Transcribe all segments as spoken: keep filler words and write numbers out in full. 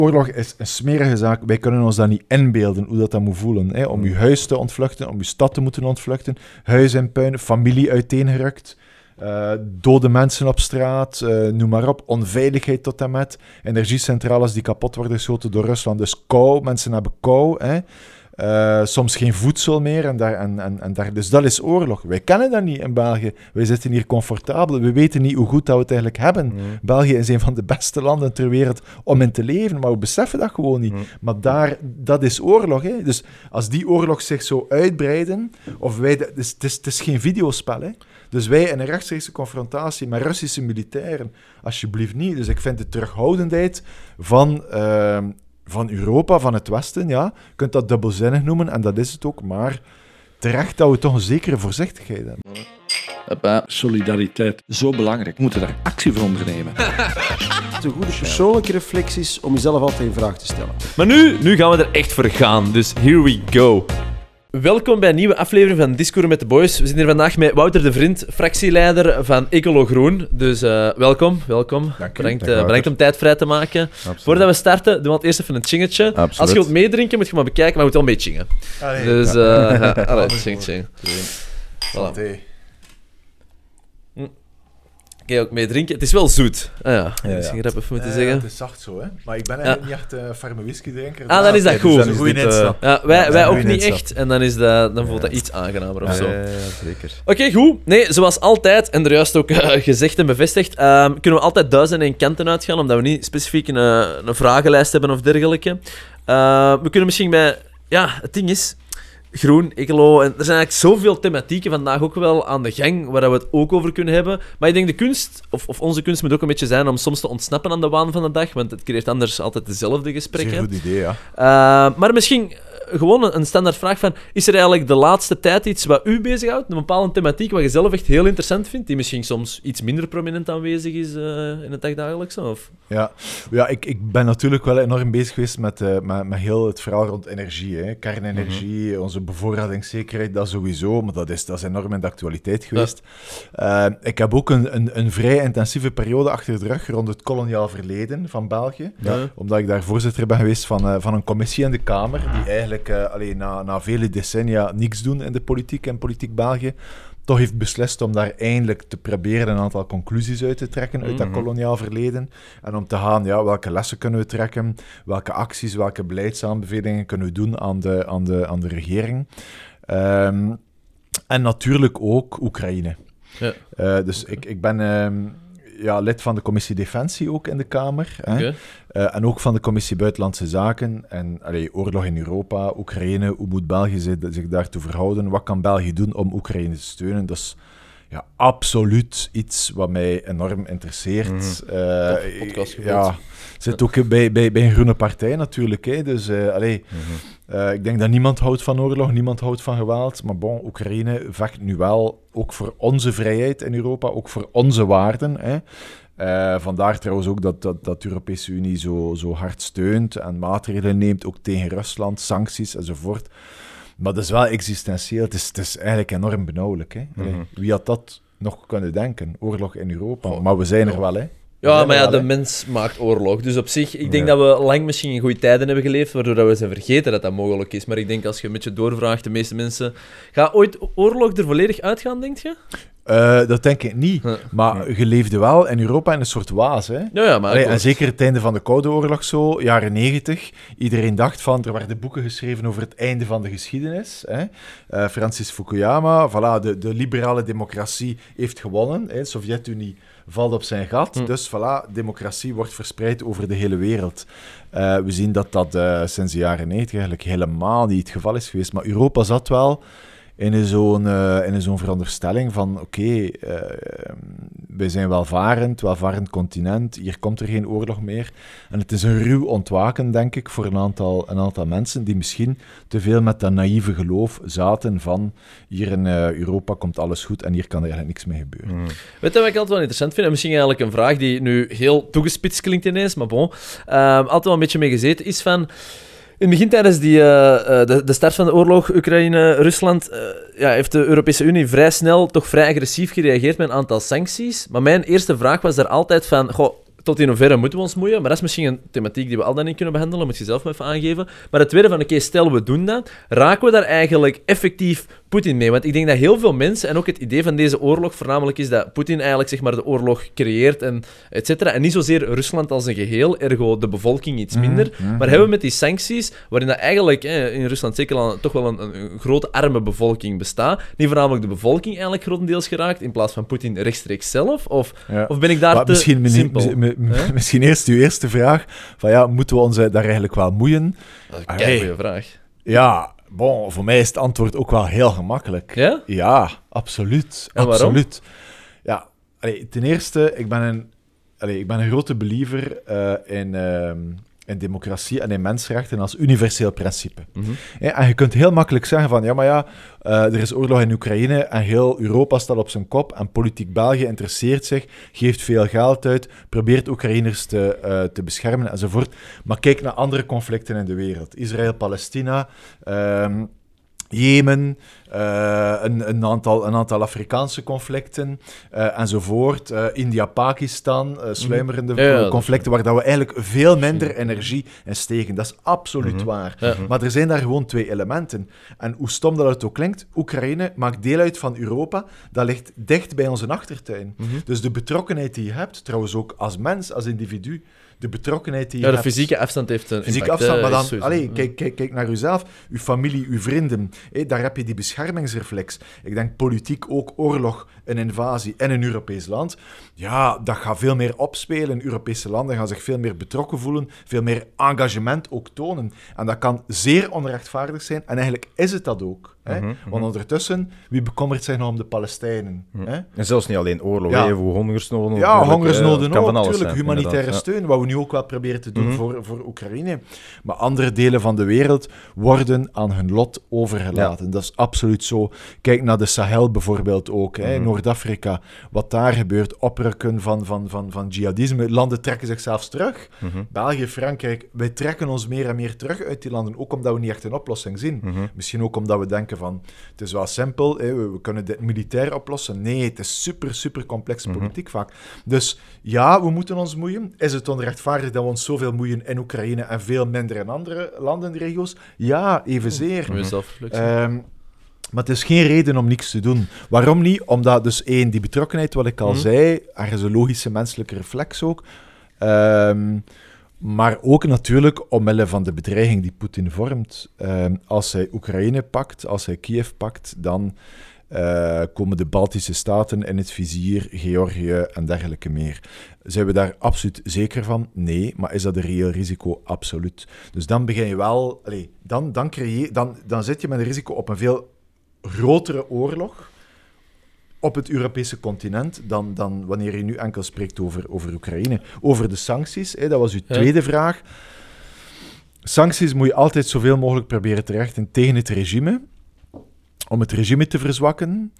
Oorlog is een smerige zaak. Wij kunnen ons dat niet inbeelden, hoe dat, dat moet voelen. Hè? Om je huis te ontvluchten, om je stad te moeten ontvluchten. Huis in puin, familie uiteengerukt. Uh, dode mensen op straat, uh, noem maar op. Onveiligheid tot en met. Energiecentrales die kapot worden geschoten door Rusland. Dus kou, mensen hebben kou. Hè? Uh, soms geen voedsel meer. En daar, en, en, en daar, dus dat is oorlog. Wij kennen dat niet in België. Wij zitten hier comfortabel. We weten niet hoe goed dat we het eigenlijk hebben. Mm. België is een van de beste landen ter wereld om in te leven. Maar we beseffen dat gewoon niet. Mm. Maar daar, dat is oorlog. Hè? Dus als die oorlog zich zou uitbreiden... Of wij, het, is, het, is, het is geen videospel, hè? Dus wij in een rechtstreekse confrontatie met Russische militairen, alsjeblieft niet. Dus ik vind de terughoudendheid van, uh, van Europa, van het Westen, ja, je kunt dat dubbelzinnig noemen, en dat is het ook, maar terecht dat we toch een zekere voorzichtigheid hebben. Hoppa. Solidariteit, zo belangrijk. We moeten daar actie voor ondernemen. Het is een goede persoonlijke reflecties om jezelf altijd in vraag te stellen. Maar nu, nu gaan we er echt voor gaan, dus here we go. Welkom bij een nieuwe aflevering van Discours met de Boys. We zijn hier vandaag met Wouter de Vriend, fractieleider van Ecolo Groen. Dus uh, welkom, welkom. Dank u, bedankt, dank uh, bedankt om tijd vrij te maken. Absoluut. Voordat we starten, doen we het eerst even een chingetje. Absoluut. Als je wilt meedrinken, moet je maar bekijken, maar je moet wel mee chingen. Allee, dus, uh, ja. ja, allee, ching, ching. Santé. Oké, ook meedrinken. Het is wel zoet. Ah, ja, Ja, ja. misschien heb ik even moeten Uh, zeggen. het is zacht zo, hè. Maar ik ben eigenlijk Ja. niet echt een ferme whisky-drinker. Ah, dan is dat dus goed. dat is een goede Dit, uh, instap. Ja, wij, Ja, wij een ook goeie niet instap. echt. En dan, is dat, dan voelt dat Ja. iets aangenamer of Ja, zo. ja, ja, zeker. Oké, okay, goed. Nee, zoals altijd, en er juist ook uh, gezegd en bevestigd, uh, kunnen we altijd duizend en één kanten uitgaan, omdat we niet specifiek een, uh, een vragenlijst hebben of dergelijke. Uh, we kunnen misschien bij... Ja, het ding is... Groen, ecolo, en er zijn eigenlijk zoveel thematieken vandaag ook wel aan de gang waar we het ook over kunnen hebben. Maar ik denk de kunst, of, of onze kunst moet ook een beetje zijn om soms te ontsnappen aan de waan van de dag, want het creëert anders altijd dezelfde gesprekken. Zeer goed idee, ja. Uh, maar misschien gewoon een, een standaard vraag van, is er eigenlijk de laatste tijd iets wat u bezighoudt, een bepaalde thematiek wat je zelf echt heel interessant vindt, die misschien soms iets minder prominent aanwezig is uh, in het dagdagelijkse? Of? Ja, ja ik, ik ben natuurlijk wel enorm bezig geweest met, uh, met, met heel het verhaal rond energie. Hè. Kernenergie, mm-hmm. onze bevoorradingszekerheid, dat sowieso, maar dat is, dat is enorm in de actualiteit geweest. Ja. Uh, ik heb ook een, een, een vrij intensieve periode achter de rug rond het koloniaal verleden van België, Ja. omdat ik daar voorzitter ben geweest van, uh, van een commissie in de Kamer, die eigenlijk uh, allee, na, na vele decennia niks doen in de politiek en politiek België, toch heeft beslist om daar eindelijk te proberen een aantal conclusies uit te trekken uit dat Mm-hmm. koloniaal verleden. En om te gaan, ja, welke lessen kunnen we trekken, welke acties, welke beleidsaanbevelingen kunnen we doen aan de, aan de, aan de regering. Um, en natuurlijk ook Oekraïne. Ja. Uh, dus ik, ik ben um, ja, lid van de commissie Defensie ook in de Kamer. Hè? Okay. Uh, en ook van de commissie Buitenlandse Zaken. En allee, oorlog in Europa, Oekraïne, hoe moet België zich, zich daartoe verhouden? Wat kan België doen om Oekraïne te steunen? Dat is ja, absoluut iets wat mij enorm interesseert. Mm-hmm. Uh, Top, podcast ja, zit ook bij, bij, bij een groene partij natuurlijk. Hè? Dus uh, allee, mm-hmm. uh, ik denk dat niemand houdt van oorlog, niemand houdt van geweld. Maar bon, Oekraïne vecht nu wel ook voor onze vrijheid in Europa, ook voor onze waarden. Hè? Uh, vandaar trouwens ook dat, dat, dat de Europese Unie zo, zo hard steunt en maatregelen neemt, ook tegen Rusland, sancties enzovoort. Maar dat is wel existentieel. Het is, het is eigenlijk enorm benauwelijk. Hè? Mm-hmm. Wie had dat nog kunnen denken? Oorlog in Europa. Oh, maar we zijn er wel, hè. Ja, maar ja, de mens maakt oorlog. Dus op zich, ik denk ja. dat we lang misschien in goede tijden hebben geleefd, waardoor we zijn vergeten dat dat mogelijk is. Maar ik denk, als je een beetje doorvraagt, de meeste mensen... Gaat ooit oorlog er volledig uitgaan, denk je? Uh, dat denk ik niet. Huh. Maar huh. je leefde wel in Europa in een soort waas. Hè? Ja, ja, maar Allee, en zeker het einde van de Koude Oorlog, zo, jaren negentig. Iedereen dacht van, er werden boeken geschreven over het einde van de geschiedenis. Hè? Uh, Francis Fukuyama, voilà, de, de liberale democratie heeft gewonnen. Hè? De Sovjet-Unie valt op zijn gat. Hm. Dus voilà, democratie wordt verspreid over de hele wereld. Uh, we zien dat dat uh, sinds de jaren negentig eigenlijk helemaal niet het geval is geweest. Maar Europa zat wel in zo'n, uh, in zo'n veronderstelling van oké, okay, uh, wij zijn welvarend, welvarend continent, hier komt er geen oorlog meer. En het is een ruw ontwaken, denk ik, voor een aantal, een aantal mensen die misschien te veel met dat naïeve geloof zaten van hier in uh, Europa komt alles goed en hier kan er eigenlijk niks mee gebeuren. Mm. Weet je wat ik altijd wel interessant vind? En misschien eigenlijk een vraag die nu heel toegespitst klinkt ineens, maar bon, uh, altijd wel een beetje mee gezeten is van... In het begin, tijdens die, uh, de, de start van de oorlog Oekraïne-Rusland, uh, ja, heeft de Europese Unie vrij snel, toch vrij agressief gereageerd met een aantal sancties. Maar mijn eerste vraag was daar altijd van, goh, tot in hoeverre moeten we ons moeien? Maar dat is misschien een thematiek die we al dan niet kunnen behandelen, moet je zelf maar even aangeven. Maar het tweede van, oké, okay, stel we doen dat, raken we daar eigenlijk effectief Poetin mee? Want ik denk dat heel veel mensen, en ook het idee van deze oorlog voornamelijk is dat Poetin eigenlijk zeg maar, de oorlog creëert, en et cetera. En niet zozeer Rusland als een geheel, ergo de bevolking iets minder. Mm-hmm. Maar hebben we met die sancties, waarin dat eigenlijk eh, in Rusland zeker al toch wel een, een grote arme bevolking bestaat, niet voornamelijk de bevolking eigenlijk grotendeels geraakt, in plaats van Poetin rechtstreeks zelf? Of, ja. of ben ik daar maar te misschien, simpel? M- m- m- misschien eerst uw eerste vraag, van ja, moeten we ons daar eigenlijk wel moeien? Dat is een kei goeie vraag. Ja, bon, voor mij is het antwoord ook wel heel gemakkelijk. Ja? Ja, absoluut. En absoluut. Ja, allee, ten eerste, ik ben een, allee, ik ben een grote believer uh, in, uh, in democratie en in mensenrechten als universeel principe. Mm-hmm. Ja, en je kunt heel makkelijk zeggen van, ja, maar ja, uh, er is oorlog in Oekraïne en heel Europa staat op zijn kop en politiek België interesseert zich, geeft veel geld uit, probeert Oekraïners te, uh, te beschermen enzovoort. Maar kijk naar andere conflicten in de wereld. Israël, Palestina, um, Jemen, uh, een, een, aantal, een aantal Afrikaanse conflicten uh, enzovoort. Uh, India, Pakistan, uh, sluimerende ja, ja, conflicten waar dat we eigenlijk veel minder energie in steken. Dat is absoluut mm-hmm. waar. Ja. Maar er zijn daar gewoon twee elementen. En hoe stom dat het ook klinkt, Oekraïne maakt deel uit van Europa. Dat ligt dicht bij onze achtertuin. Mm-hmm. Dus de betrokkenheid die je hebt, trouwens ook als mens, als individu, de betrokkenheid die je ja, de hebt... fysieke afstand heeft een fysieke impact, afstand, maar dan... Sowieso. Allee, kijk, kijk, kijk naar uzelf, uw familie, uw vrienden. Hé, daar heb je die beschermingsreflex. Ik denk politiek ook oorlog, een invasie in een Europees land. Ja, dat gaat veel meer opspelen. Europese landen gaan zich veel meer betrokken voelen, veel meer engagement ook tonen. En dat kan zeer onrechtvaardig zijn. En eigenlijk is het dat ook. Hè? Mm-hmm. Want ondertussen, wie bekommert zich nog om de Palestijnen? Mm-hmm. Hè? En zelfs niet alleen oorlog, ja. hè, voor hongersnoden. Ja, hongersnoden uh, ook, natuurlijk. Humanitaire ja. steun, wat we nu ook wel proberen te doen mm-hmm. voor, voor Oekraïne. Maar andere delen van de wereld worden aan hun lot overgelaten. Ja. Dat is absoluut zo. Kijk naar de Sahel bijvoorbeeld ook, hè, mm-hmm. Noord-Afrika. Wat daar gebeurt, oprukken van, van, van, van jihadisme. Landen trekken zich zelfs terug. Mm-hmm. België, Frankrijk, wij trekken ons meer en meer terug uit die landen. Ook omdat we niet echt een oplossing zien. Mm-hmm. Misschien ook omdat we denken van, het is wel simpel, hè, we, we kunnen dit militair oplossen. Nee, het is super, super complex mm-hmm. politiek vaak. Dus ja, we moeten ons moeien. Is het onrechtvaardig dat we ons zoveel moeien in Oekraïne en veel minder in andere landen en regio's? Ja, evenzeer. Mm-hmm. Um, maar het is geen reden om niks te doen. Waarom niet? Omdat dus één, die betrokkenheid, wat ik al mm-hmm. zei, ergens een logische menselijke reflex ook. Um, maar ook natuurlijk omwille van de bedreiging die Poetin vormt. Um, als hij Oekraïne pakt, als hij Kiev pakt, dan uh, komen de Baltische Staten in het vizier, Georgië en dergelijke meer. Zijn we daar absoluut zeker van? Nee. Maar is dat een reëel risico? Absoluut. Dus dan begin je wel... Allez, dan, dan, creëer, dan, dan zit je met een risico op een veel grotere oorlog op het Europese continent dan, dan wanneer je nu enkel spreekt over, over Oekraïne. Over de sancties, hè, dat was uw ja. tweede vraag. Sancties moet je altijd zoveel mogelijk proberen te rechten tegen het regime, om het regime te verzwakken,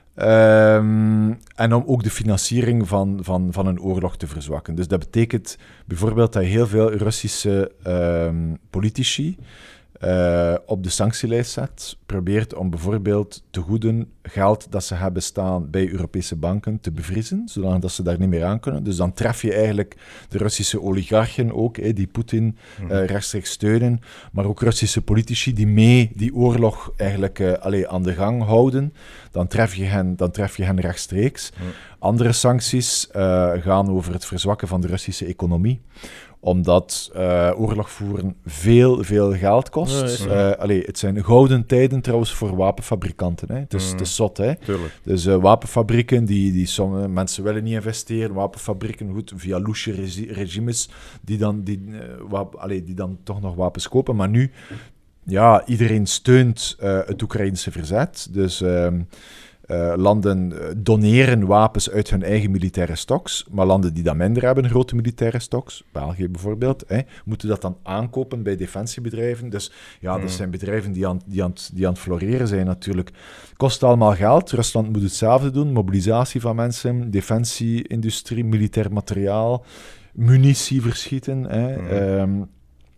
um, en om ook de financiering van, van, van een oorlog te verzwakken. Dus dat betekent bijvoorbeeld dat je heel veel Russische um, politici Uh, op de sanctielijst zet, probeert om bijvoorbeeld tegoeden, geld dat ze hebben staan bij Europese banken te bevriezen, zodat ze daar niet meer aan kunnen. Dus dan tref je eigenlijk de Russische oligarchen ook, hè, die Poetin uh, rechtstreeks steunen, maar ook Russische politici die mee die oorlog eigenlijk uh, allee, aan de gang houden. Dan tref je hen, dan tref je hen rechtstreeks. Mm. Andere sancties uh, gaan over het verzwakken van de Russische economie, omdat uh, oorlog voeren veel, veel geld kost. Ja, uh, allee, het zijn gouden tijden trouwens voor wapenfabrikanten. Hè. Het, is, mm. het is zot, hè. Tuurlijk. Dus uh, wapenfabrieken, die, die sommige mensen willen niet investeren. Wapenfabrieken, goed, via loesje regi- regimes, die dan, die, uh, wap- allee, die dan toch nog wapens kopen. Maar nu, ja, iedereen steunt uh, het Oekraïnse verzet. Dus... Uh, Uh, landen uh, doneren wapens uit hun eigen militaire stocks, maar landen die dat minder hebben, grote militaire stocks, België bijvoorbeeld, hè, moeten dat dan aankopen bij defensiebedrijven. Dus ja, mm. dat zijn bedrijven die aan, die, aan, die aan het floreren zijn natuurlijk. Kost allemaal geld. Rusland moet hetzelfde doen. Mobilisatie van mensen, defensieindustrie, militair materiaal, munitie verschieten. Hè. Mm. Um,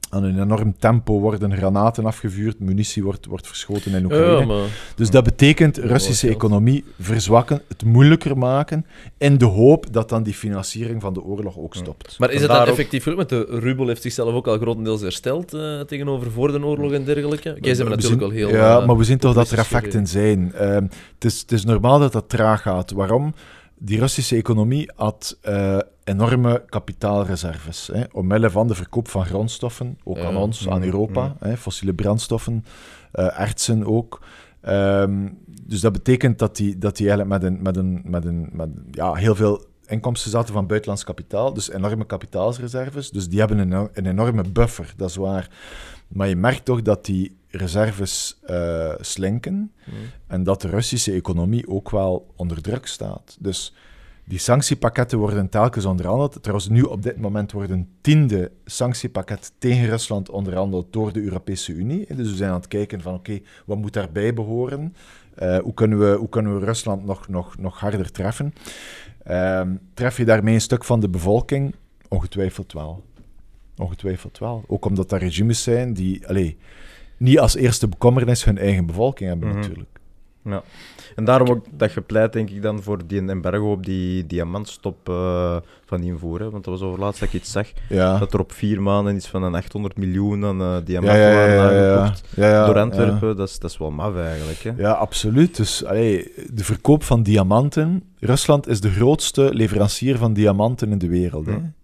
aan een enorm tempo worden granaten afgevuurd, munitie wordt, wordt verschoten in Oekraïne. Ja, maar... Dus dat betekent Russische geld. economie verzwakken, het moeilijker maken, in de hoop dat dan die financiering van de oorlog ook stopt. Maar is het Vandaar dan ook- effectief gelukt? Want de rubel heeft zichzelf ook al grotendeels hersteld uh, tegenover voor de oorlog en dergelijke. Oké, ze hebben We natuurlijk zien- wel heel... Ja, uh, maar we zien toch dat er populistisch effecten zijn. Ehm, het, is, het is normaal dat dat traag gaat. Waarom? Die Russische economie had uh, enorme kapitaalreserves. Hè, omwille van de verkoop van grondstoffen, ook Ja. aan ons, aan Mm, Europa. mm. Hè, fossiele brandstoffen, uh, ertsen ook. Ehm, dus dat betekent dat die, dat die eigenlijk met, een, met, een, met, een, met ja, heel veel inkomsten zaten van buitenlands kapitaal, dus enorme kapitaalsreserves. Dus die hebben een, een enorme buffer, dat is waar. Maar je merkt toch dat die reserves uh, slinken Mm. en dat de Russische economie ook wel onder druk staat. Dus die sanctiepakketten worden telkens onderhandeld. Trouwens, nu op dit moment wordt een tiende sanctiepakket tegen Rusland onderhandeld door de Europese Unie. Dus we zijn aan het kijken van, oké, okay, wat moet daarbij behoren? Uh, hoe, kunnen we, hoe kunnen we Rusland nog, nog, nog harder treffen? Uh, tref je daarmee een stuk van de bevolking? Ongetwijfeld wel. Ongetwijfeld wel. Ook omdat dat regimes zijn die allez, niet als eerste bekommernis hun eigen bevolking hebben, Mm-hmm. natuurlijk. Ja. En daarom ook dat je pleit, denk ik, dan voor die embargo op die diamantstop uh, van die invoer. Hè? Want dat was overlaatst dat ik iets zag, Ja. dat er op vier maanden iets van een achthonderd miljoen aan uh, Ja, diamanten ja, ja, waren ja, ja. aangekocht Ja, ja, door Antwerpen. ja. Dat is, dat is wel maf eigenlijk. Hè? Ja, absoluut. Dus allee, de verkoop van diamanten. Rusland is de grootste leverancier van diamanten in de wereld. Hè? Ja.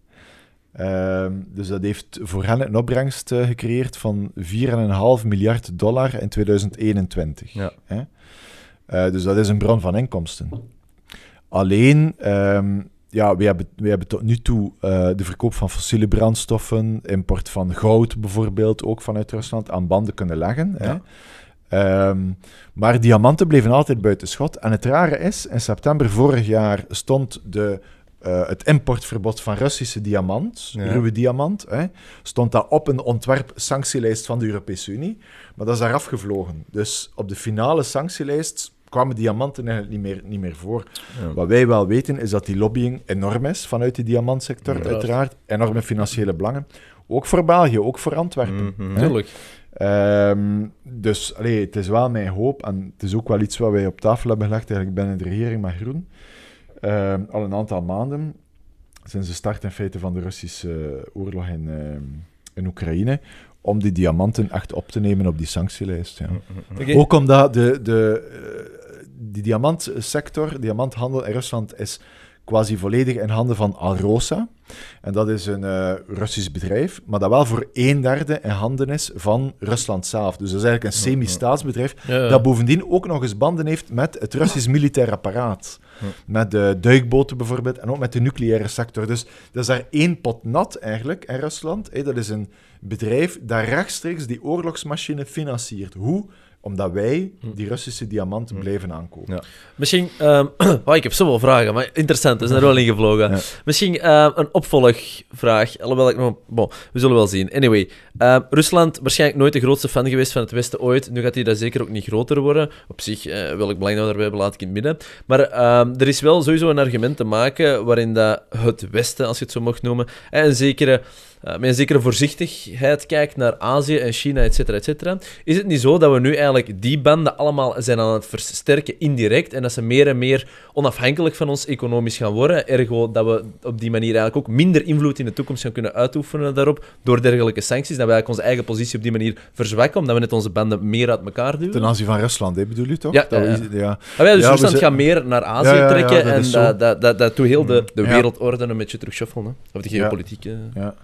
Uh, dus dat heeft voor hen een opbrengst uh, gecreëerd van vier komma vijf miljard dollar in tweeduizend eenentwintig. Ja. Hè? Uh, dus dat is een bron van inkomsten. Alleen, um, ja, wij hebben, wij hebben tot nu toe uh, de verkoop van fossiele brandstoffen, import van goud bijvoorbeeld, ook vanuit Rusland, aan banden kunnen leggen. Ja. Hè? Um, maar diamanten bleven altijd buiten schot. En het rare is, in september vorig jaar stond de... Uh, het importverbod van Russische diamant, Ja. ruwe diamant, hè, stond dat op een ontwerp-sanctielijst van de Europese Unie, maar dat is daar afgevlogen. Dus op de finale sanctielijst kwamen diamanten eigenlijk niet meer, niet meer voor. Ja. Wat wij wel weten, is dat die lobbying enorm is vanuit de diamantsector, Ja. uiteraard. Enorme financiële belangen. Ook voor België, ook voor Antwerpen. Mhm. hè. Tuurlijk. Um, dus allee, het is wel mijn hoop, en het is ook wel iets wat wij op tafel hebben gelegd, eigenlijk binnen de regering met Groen, uh, al een aantal maanden, sinds de start in feite van de Russische oorlog in, uh, in Oekraïne, om die diamanten echt op te nemen op die sanctielijst. Ja. Okay. Ook omdat de, de, uh, die diamantsector, diamanthandel in Rusland is quasi volledig in handen van Alrosa. En dat is een uh, Russisch bedrijf, maar dat wel voor een derde in handen is van Rusland zelf. Dus dat is eigenlijk een semi-staatsbedrijf, Ja, ja. dat bovendien ook nog eens banden heeft met het Russisch militair apparaat. Ja. Met de duikboten bijvoorbeeld, en ook met de nucleaire sector. Dus dat is daar één pot nat eigenlijk in Rusland. Hey, dat is een bedrijf dat rechtstreeks die oorlogsmachine financiert. Hoe? Omdat wij die Russische diamanten blijven aankopen. Ja. Misschien... Um, oh, ik heb zoveel vragen, maar interessant. Dat is er wel ingevlogen. Ja. Misschien uh, een opvolgvraag. Alhoewel ik nog... Bon, we zullen wel zien. Anyway. Uh, Rusland, waarschijnlijk nooit de grootste fan geweest van het Westen ooit. Nu gaat hij dat zeker ook niet groter worden. Op zich, uh, welk belang nou daarbij hebben, laat ik in het midden. Maar uh, er is wel sowieso een argument te maken waarin dat het Westen, als je het zo mag noemen, uh, een zekere... Uh, met een zekere voorzichtigheid kijkt naar Azië en China, et cetera, et cetera. Is het niet zo dat we nu eigenlijk die banden allemaal zijn aan het versterken indirect en dat ze meer en meer onafhankelijk van ons economisch gaan worden? Ergo dat we op die manier eigenlijk ook minder invloed in de toekomst gaan kunnen uitoefenen daarop door dergelijke sancties. Dat we eigenlijk onze eigen positie op die manier verzwakken, omdat we net onze banden meer uit elkaar duwen? Ten aanzien van Rusland, hè, bedoel je toch? Ja, Dat ja, we- ja. Ah, ja, dus Ja, we Rusland zijn- gaat meer naar Azië Ja, ja, ja, trekken dat en is zo. dat, dat, dat, dat doet heel de, de Ja. wereldorde een beetje terug shuffelen. Hè? Of de Ja. geopolitieke... Ja.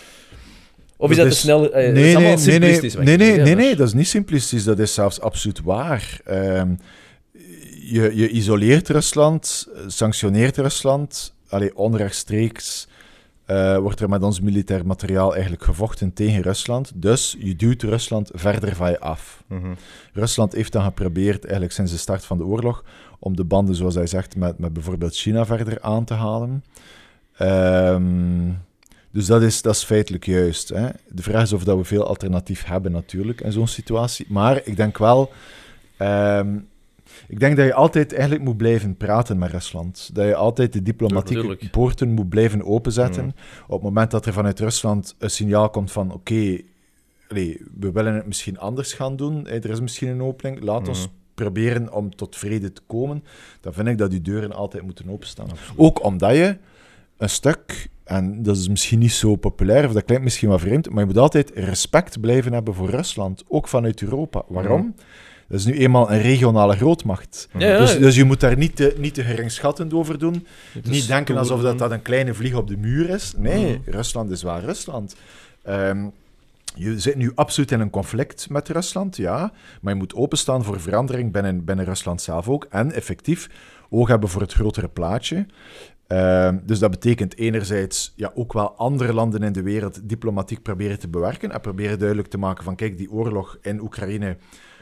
Of is dat te is- snel... eh, dat is Nee, allemaal nee, nee, nee, simplistisch, wat nee, ik nee, zeg, hè, nee, maar- nee, dat is niet simplistisch, dat is zelfs absoluut waar. Ehm, je, je isoleert Rusland, sanctioneert Rusland, allee, onrechtstreeks uh, wordt er met ons militair materiaal eigenlijk gevochten tegen Rusland, dus je duwt Rusland verder van je af. Mhm. Rusland heeft dan geprobeerd, eigenlijk sinds de start van de oorlog, om de banden, zoals hij zegt, met, met bijvoorbeeld China verder aan te halen. Um, dus dat is, dat is feitelijk juist. Hè. De vraag is of dat we veel alternatief hebben natuurlijk in zo'n situatie. Maar ik denk wel... Um, ik denk dat je altijd eigenlijk moet blijven praten met Rusland. Dat je altijd de diplomatieke Natuurlijk. poorten moet blijven openzetten. Mm. Op het moment dat er vanuit Rusland een signaal komt van oké, okay, allee, we willen het misschien anders gaan doen. Hè, er is misschien een opening. Laat ons Mhm. proberen om tot vrede te komen. Dan vind ik dat die deuren altijd moeten openstaan. Ook omdat je een stuk, en dat is misschien niet zo populair, of dat klinkt misschien wel vreemd, maar je moet altijd respect blijven hebben voor Rusland, ook vanuit Europa. Waarom? Mhm. Dat is nu eenmaal een regionale grootmacht. Ja, ja. Dus, dus je moet daar niet te, niet te geringschattend over doen. Het Niet is denken alsof dat, geworden- dat een kleine vlieg op de muur is. Nee, Mhm. Rusland is wel Rusland. Ehm, je zit nu absoluut in een conflict met Rusland, ja. Maar je moet openstaan voor verandering binnen, binnen Rusland zelf ook. En effectief oog hebben voor het grotere plaatje. Ehm, dus dat betekent enerzijds ja, ook wel andere landen in de wereld diplomatiek proberen te bewerken en proberen duidelijk te maken van kijk, die oorlog in Oekraïne,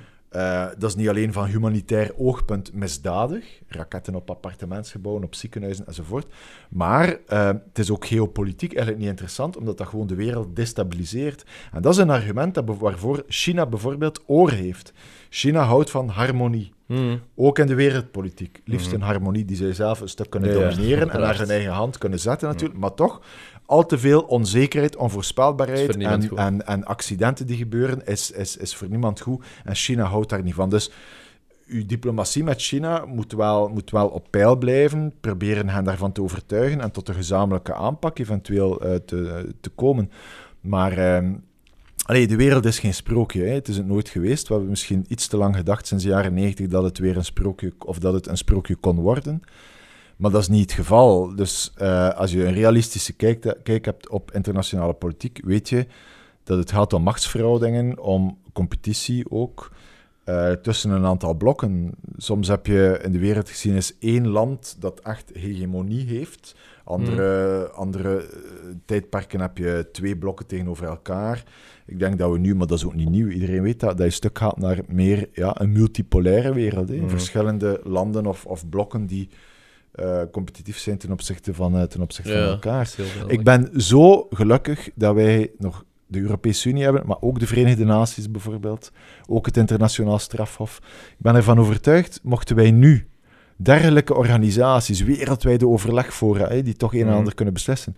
uh, dat is niet alleen van humanitair oogpunt misdadig, raketten op appartementsgebouwen, op ziekenhuizen enzovoort, maar uh, het is ook geopolitiek eigenlijk niet interessant, omdat dat gewoon de wereld destabiliseert. En dat is een argument dat, waarvoor China bijvoorbeeld oor heeft. China houdt van harmonie. Hmm. Ook in de wereldpolitiek. Liefst Mhm. een harmonie die zij zelf een stuk kunnen Ja, ja, domineren en naar uiteraard. zijn eigen hand kunnen zetten natuurlijk. Maar toch, al te veel onzekerheid, Dat is onvoorspelbaarheid voor niemand en, goed. en, en accidenten die gebeuren, is, is, is voor niemand goed. En China houdt daar niet van. Dus uw diplomatie met China moet wel, moet wel op peil blijven. Proberen hen daarvan te overtuigen en tot een gezamenlijke aanpak eventueel uh, te, te komen. Maar... Uh, Allee, de wereld is geen sprookje, hè. Het is het nooit geweest. We hebben misschien iets te lang gedacht sinds de jaren negentig dat het weer een sprookje, of dat het een sprookje kon worden. Maar dat is niet het geval. Dus uh, als je een realistische kijk, kijk hebt op internationale politiek, weet je dat het gaat om machtsverhoudingen, om competitie ook, uh, tussen een aantal blokken. Soms heb je in de wereld gezien is één land dat echt hegemonie heeft. Andere, mm. andere uh, tijdperken heb je twee blokken tegenover elkaar. Ik denk dat we nu, maar dat is ook niet nieuw, iedereen weet dat, dat je stuk gaat naar meer ja, een multipolaire wereld. Hè? Mm. Verschillende landen of, of blokken die uh, competitief zijn ten opzichte van, uh, ten opzichte Ja, van elkaar. heel Ik ben zo gelukkig dat wij nog de Europese Unie hebben, maar ook de Verenigde Naties bijvoorbeeld, ook het Internationaal Strafhof. Ik ben ervan overtuigd, mochten wij nu dergelijke organisaties, wereldwijde overlegfora, hè, die toch een en Mm. ander kunnen beslissen.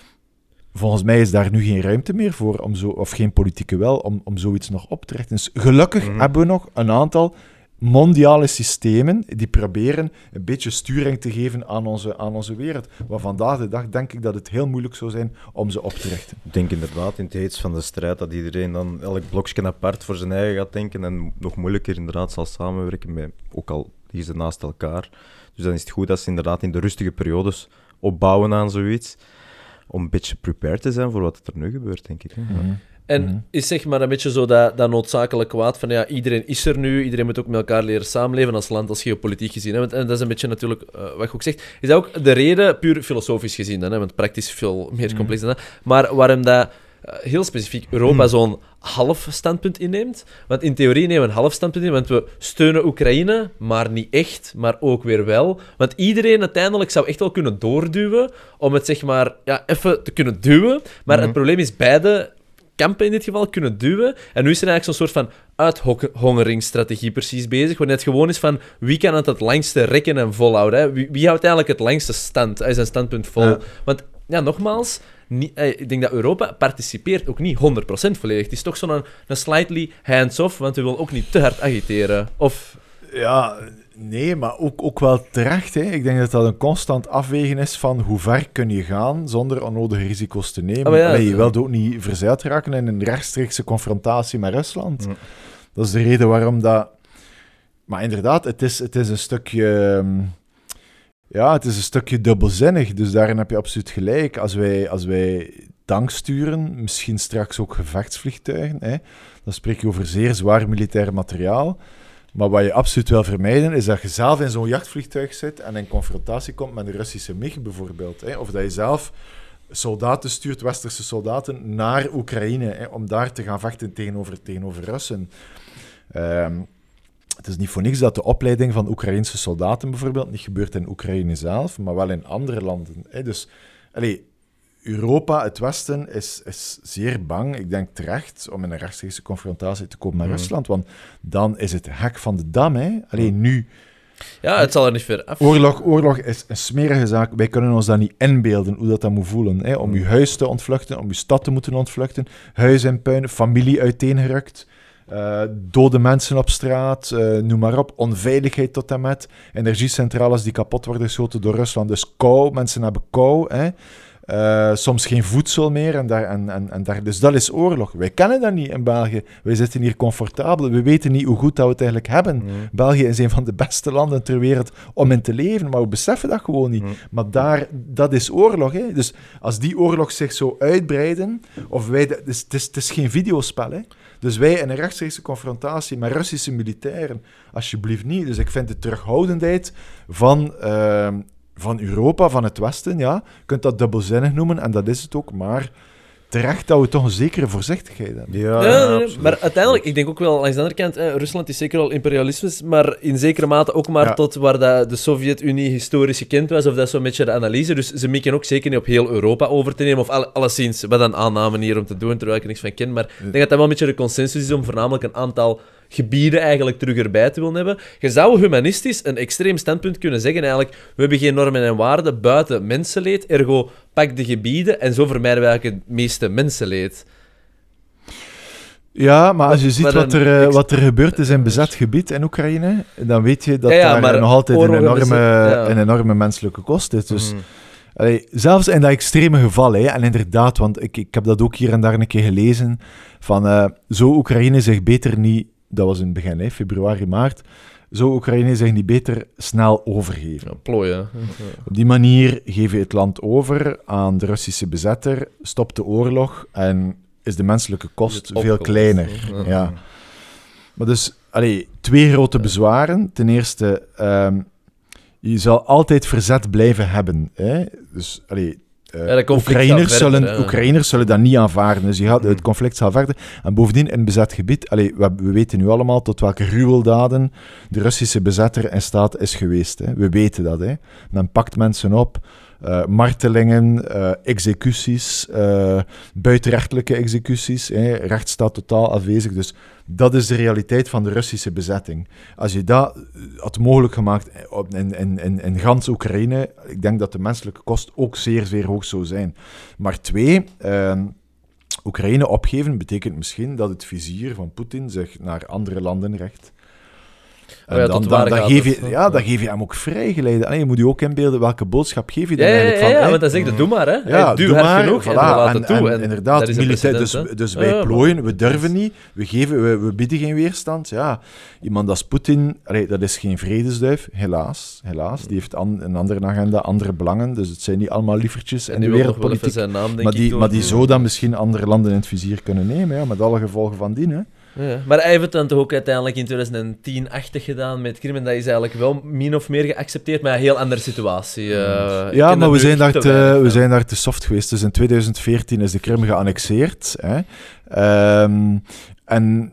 Volgens mij is daar nu geen ruimte meer voor, om zo, of geen politieke wil, om, om zoiets nog op te richten. Dus gelukkig Mm. hebben we nog een aantal mondiale systemen die proberen een beetje sturing te geven aan onze, aan onze wereld. Maar vandaag de dag denk ik dat het heel moeilijk zou zijn om ze op te richten. Ik denk inderdaad in het heetst van de strijd dat iedereen dan elk blokje apart voor zijn eigen gaat denken en nog moeilijker inderdaad zal samenwerken, met, ook al liggen ze naast elkaar. Dus dan is het goed dat ze inderdaad in de rustige periodes opbouwen aan zoiets, om een beetje prepared te zijn voor wat er nu gebeurt, denk ik. Hè? Ja. En Mhm. is zeg maar een beetje zo dat, dat noodzakelijk kwaad van ja, iedereen is er nu, iedereen moet ook met elkaar leren samenleven als land, als geopolitiek gezien. Hè? Want, en dat is een beetje natuurlijk, uh, wat je ook zegt, is dat ook de reden, puur filosofisch gezien dan, hè? Want praktisch veel meer complex dan dat, maar waarom dat uh, heel specifiek Europa zo'n half standpunt inneemt. Want in theorie nemen we een half standpunt in, want we steunen Oekraïne, maar niet echt, maar ook weer wel. Want iedereen uiteindelijk zou echt wel kunnen doorduwen om het zeg maar ja, even te kunnen duwen. Maar Mhm. het probleem is beide kampen in dit geval kunnen duwen. En nu is er eigenlijk zo'n soort van uithongeringsstrategie precies bezig, wanneer het gewoon is van wie kan het het langste rekken en volhouden. Hè? Wie, wie houdt eigenlijk het langste stand, hij zijn standpunt vol. Ja. Want ja, nogmaals, niet, eh, ik denk dat Europa participeert ook niet honderd procent volledig. Het is toch zo'n een, een slightly hands-off, want we willen ook niet te hard agiteren. Of... Ja, nee, maar ook, ook wel terecht. Hè. Ik denk dat dat een constant afwegen is van hoe ver kun je gaan zonder onnodige risico's te nemen. Oh, ja, Allee, je ja. wilt ook niet verzeild raken in een rechtstreekse confrontatie met Rusland. Ja. Dat is de reden waarom dat... Maar inderdaad, het is, het is een stukje... um, Ja, het is een stukje dubbelzinnig. Dus daarin heb je absoluut gelijk. Als wij, als wij tank sturen, misschien straks ook gevechtsvliegtuigen, hè, dan spreek je over zeer zwaar militair materiaal. Maar wat je absoluut wil vermijden, is dat je zelf in zo'n jachtvliegtuig zit en in confrontatie komt met de Russische MiG bijvoorbeeld. Hè. Of dat je zelf soldaten stuurt, westerse soldaten, naar Oekraïne, hè, om daar te gaan vechten tegenover, tegenover Russen. Um, het is niet voor niks dat de opleiding van Oekraïnse soldaten bijvoorbeeld niet gebeurt in Oekraïne zelf, maar wel in andere landen. Hè. Dus, allee, Europa, het Westen, is, is zeer bang, ik denk terecht, om in een rechtstreekse confrontatie te komen met Mm. Rusland, want dan is het hek van de dam. Hè. Alleen nu Ja, het zal er niet ver af. Oorlog, oorlog is een smerige zaak. Wij kunnen ons dat niet inbeelden, hoe dat, dat moet voelen. Hè? Om je huis te ontvluchten, om je stad te moeten ontvluchten. Huis in puin, familie uiteengerukt. Uh, dode mensen op straat, uh, noem maar op. Onveiligheid tot en met. Energiecentrales die kapot worden geschoten door Rusland. Dus kou, mensen hebben kou. Hè? Uh, soms geen voedsel meer. En daar, en, en, en daar, dus dat is oorlog. Wij kennen dat niet in België. Wij zitten hier comfortabel. We weten niet hoe goed dat we het eigenlijk hebben. Mm. België is een van de beste landen ter wereld om in te leven. Maar we beseffen dat gewoon niet. Mm. Maar daar, dat is oorlog. Hè? Dus als die oorlog zich zo uitbreiden... Of wij, het, is, het, is, het is geen videospel. Hè? Dus wij in een rechtstreekse confrontatie met Russische militairen, alsjeblieft niet. Dus ik vind de terughoudendheid van, uh, van Europa, van het Westen, ja, je kunt dat dubbelzinnig noemen, en dat is het ook, maar terecht dat we toch een zekere voorzichtigheid hebben. Ja, ja, ja, nee, absoluut. maar uiteindelijk, ik denk ook wel, langs de andere kant, eh, Rusland is zeker wel imperialisme, maar in zekere mate ook maar ja. tot waar dat de Sovjet-Unie historisch gekend was, of dat is zo'n beetje de analyse. Dus ze mikken ook zeker niet op heel Europa over te nemen, of all, alleszins, wat een aanname hier om te doen, terwijl ik er niks van ken. Maar ik denk dat dat wel een beetje de consensus is om voornamelijk een aantal gebieden eigenlijk terug erbij te willen hebben. Je zou humanistisch een extreem standpunt kunnen zeggen eigenlijk, we hebben geen normen en waarden buiten mensenleed, ergo pak de gebieden en zo vermijden we eigenlijk het meeste mensenleed. Ja, maar als je ziet Maar wat dan- er, uh, wat er gebeurd is in bezet gebied in Oekraïne, dan weet je dat Ja, ja, daar maar nog altijd een oorlogen enorme, bezet- ja. een enorme menselijke kost is. Dus Mhm. allee, zelfs in dat extreme geval, hè, en inderdaad, want ik, ik heb dat ook hier en daar een keer gelezen, van uh, zou Oekraïne zich beter niet, dat was in het begin, hè, februari, maart, zou Oekraïne zich niet beter snel overgeven. Ja, plooien. Op die manier geef je het land over aan de Russische bezetter, stopt de oorlog en is de menselijke kost Het veel opgelost, kleiner. hè? Ja. Maar dus, allee, twee grote bezwaren. Ten eerste, um, je zal altijd verzet blijven hebben. Hè? Dus, allee, uh, Ja, dat conflict Oekraïners, gaat verder, zullen, hè. Oekraïners zullen dat niet aanvaarden. Dus je gaat, het conflict zal verder. En bovendien, in bezet gebied, allee, we, we weten nu allemaal tot welke gruweldaden de Russische bezetter in staat is geweest. Hè? We weten dat. Hè? Men pakt mensen op. Uh, martelingen, uh, executies, uh, buitenrechtelijke executies. Hè. Recht staat totaal afwezig. Dus dat is de realiteit van de Russische bezetting. Als je dat had mogelijk gemaakt in, in, in, in gans Oekraïne, ik denk dat de menselijke kost ook zeer, zeer hoog zou zijn. Maar twee, uh, Oekraïne opgeven betekent misschien dat het vizier van Poetin zich naar andere landen richt. En Oh ja, dan, tot dan, waar dan, gaat geef het, je, hè? ja, dan geef je hem ook vrijgeleide. Allee, je moet je ook inbeelden welke boodschap geef je dan Ja, ja, ja, eigenlijk ja, van... hè? want dan zeg je, doe maar, hè. Ja, Hey, duw doe hard maar, genoeg voilà. en we laten en, toe. en En inderdaad, dat is een militair, dus, precedent, hè. dus wij Ja, plooien, we durven niet, we, geven, we, we bieden geen weerstand. Ja, iemand als Poetin, allee, dat is geen vredesduif, helaas. helaas. Die heeft an, een andere agenda, andere belangen, dus het zijn niet allemaal lievertjes En in die de wil nog wel even wereldpolitiek. zijn naam, denk Maar ik, die, door- maar die zou dan misschien andere landen in het vizier kunnen nemen, ja, met alle gevolgen van dien. Hè. Ja, maar hij heeft het dan toch ook uiteindelijk in twintig tien-achtig gedaan met Krim en dat is eigenlijk wel min of meer geaccepteerd, maar een heel andere situatie. Uh, ik Ja, ken maar er we nu zijn, echt daar te te, weinig we van. zijn daar te soft geweest. Dus in twintig veertien is de Krim geannexeerd. Hè. Um, en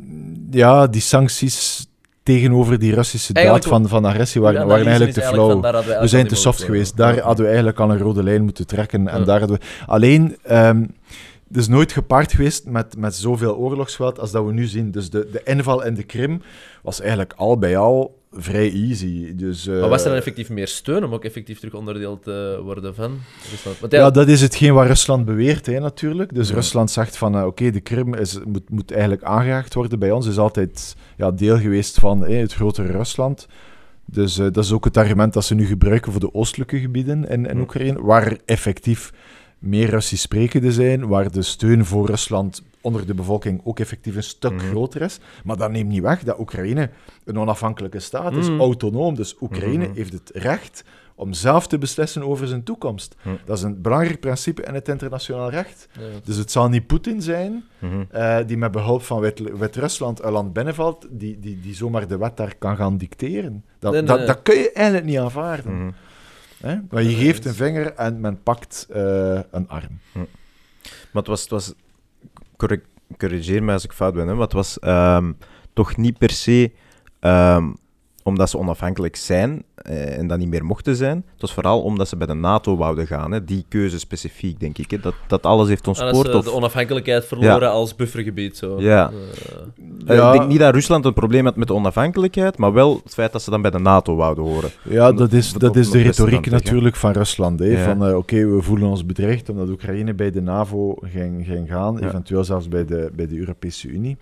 ja, die sancties tegenover die Russische daad Eigenlijk van, van agressie waren, Uw waren analyse eigenlijk is te flauw. van, daar hadden We zijn te eigenlijk soft al die geweest. mogen- Daar hadden we eigenlijk al een rode lijn moeten trekken. En Ja. daar hadden we... Alleen, um, het is nooit gepaard geweest met, met zoveel oorlogsgeweld als dat we nu zien. Dus de, de inval in de Krim was eigenlijk al bij al vrij easy. Dus, uh, Maar was er dan effectief meer steun om ook effectief terug onderdeel te worden van Rusland? Want Ja, ja, dat is hetgeen wat Rusland beweert, hè, natuurlijk. Dus Ja. Rusland zegt van, uh, oké, de Krim is, moet, moet eigenlijk aangehaakt worden bij ons. Is altijd ja, deel geweest van hè, het grotere Rusland. Dus uh, dat is ook het argument dat ze nu gebruiken voor de oostelijke gebieden in, in Ja. Oekraïne, waar er effectief meer Russisch sprekenden zijn, waar de steun voor Rusland onder de bevolking ook effectief een stuk Mhm. groter is. Maar dat neemt niet weg dat Oekraïne een onafhankelijke staat is, Mhm. autonoom. Dus Oekraïne Mhm. heeft het recht om zelf te beslissen over zijn toekomst. Mhm. Dat is een belangrijk principe in het internationaal recht. ja. Dus het zal niet Poetin zijn, Mhm. uh, die met behulp van Wit- Wit-Rusland een land binnenvalt, die, die, die zomaar de wet daar kan gaan dicteren. Dat, Nee, nee, dat, nee. dat kun je eigenlijk niet aanvaarden. Mhm. Hè? Maar je Nee, geeft dat een vinger en men pakt uh, een arm. Maar het was, het was correct, corrigeer mij als ik fout ben, hè, maar het was ehm, toch niet per se ehm, omdat ze onafhankelijk zijn eh, en dat niet meer mochten zijn. Het was vooral omdat ze bij de NATO wouden gaan. Hè. Die keuze specifiek, denk ik. Hè. Dat, dat alles heeft ontspoord. En als of... ze de onafhankelijkheid verloren Ja. als buffergebied. Zo. Ja. Uh, Uh, Ja. Ik denk niet dat Rusland een probleem had met de onafhankelijkheid, maar wel het feit dat ze dan bij de NATO wouden horen. Ja, dat is, Dat dat op- is de op West-Atlantic, retoriek hè. natuurlijk van Rusland. Hè? Ja. Van, uh, oké, we voelen ons bedreigd omdat Oekraïne bij de NAVO ging, ging gaan, Ja. eventueel zelfs bij de, bij de Europese Unie.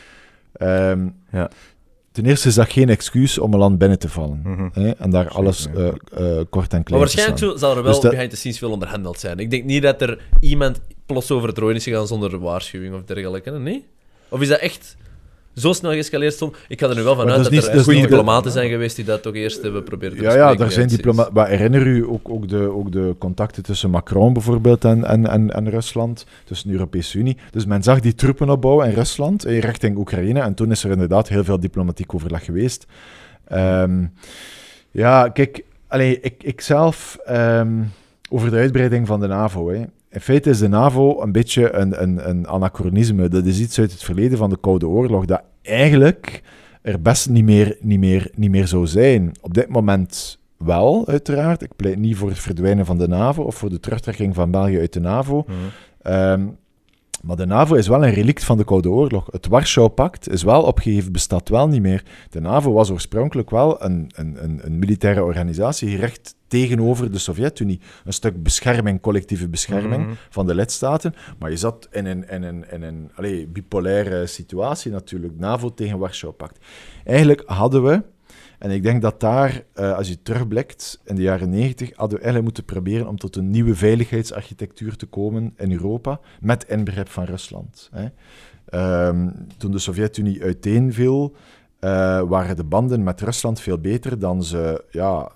Um, Ja. Ten eerste is dat geen excuus om een land binnen te vallen. Mhm. Hè? En daar Zeker, alles ja. uh, uh, kort en klein maar te waarschijnlijk slaan. zo, zal er wel Dus dat- behind the scenes veel onderhandeld zijn. Ik denk niet dat er iemand plots over het rooien is gegaan zonder waarschuwing of dergelijke. hè? Nee? Of is dat echt zo snel geëscaleerd? Stond? Ik ga er nu wel Maar vanuit dat dat, is niet- er dat is goede niet de- diplomaten zijn geweest die dat toch eerst hebben proberen te Ja, ja, bespreken daar zijn behind the diplomaten. Maar herinner u ook, ook, de, ook de contacten tussen Macron bijvoorbeeld en, en, en, en Rusland, tussen de Europese Unie. Dus men zag die troepen opbouwen in Rusland, eh, richting Oekraïne. En toen is er inderdaad heel veel diplomatiek overleg geweest. Um, ja, kijk, allee, ik, ik zelf, um, over de uitbreiding van de NAVO. Hè. In feite is de NAVO een beetje een, een, een anachronisme. Dat is iets uit het verleden van de Koude Oorlog, dat eigenlijk er best niet meer, niet meer, niet meer zou zijn. Op dit moment wel, uiteraard. Ik pleit niet voor het verdwijnen van de NAVO of voor de terugtrekking van België uit de NAVO. Mhm. Um, maar de NAVO is wel een relict van de Koude Oorlog. Het Warschau-pact is wel opgegeven, bestaat wel niet meer. De NAVO was oorspronkelijk wel een, een, een, een militaire organisatie gericht tegenover de Sovjet-Unie. Een stuk bescherming, collectieve bescherming Mhm. van de lidstaten. Maar je zat in een, in een, in een allez, bipolaire situatie natuurlijk. NAVO tegen Warschau-pact. Eigenlijk hadden we... En ik denk dat daar, uh, als je terugblikt, in de jaren negentig, hadden we eigenlijk moeten proberen om tot een nieuwe veiligheidsarchitectuur te komen in Europa, met inbegrip van Rusland. Hè. Um, toen de Sovjet-Unie uiteenviel, uh, waren de banden met Rusland veel beter dan ze ja,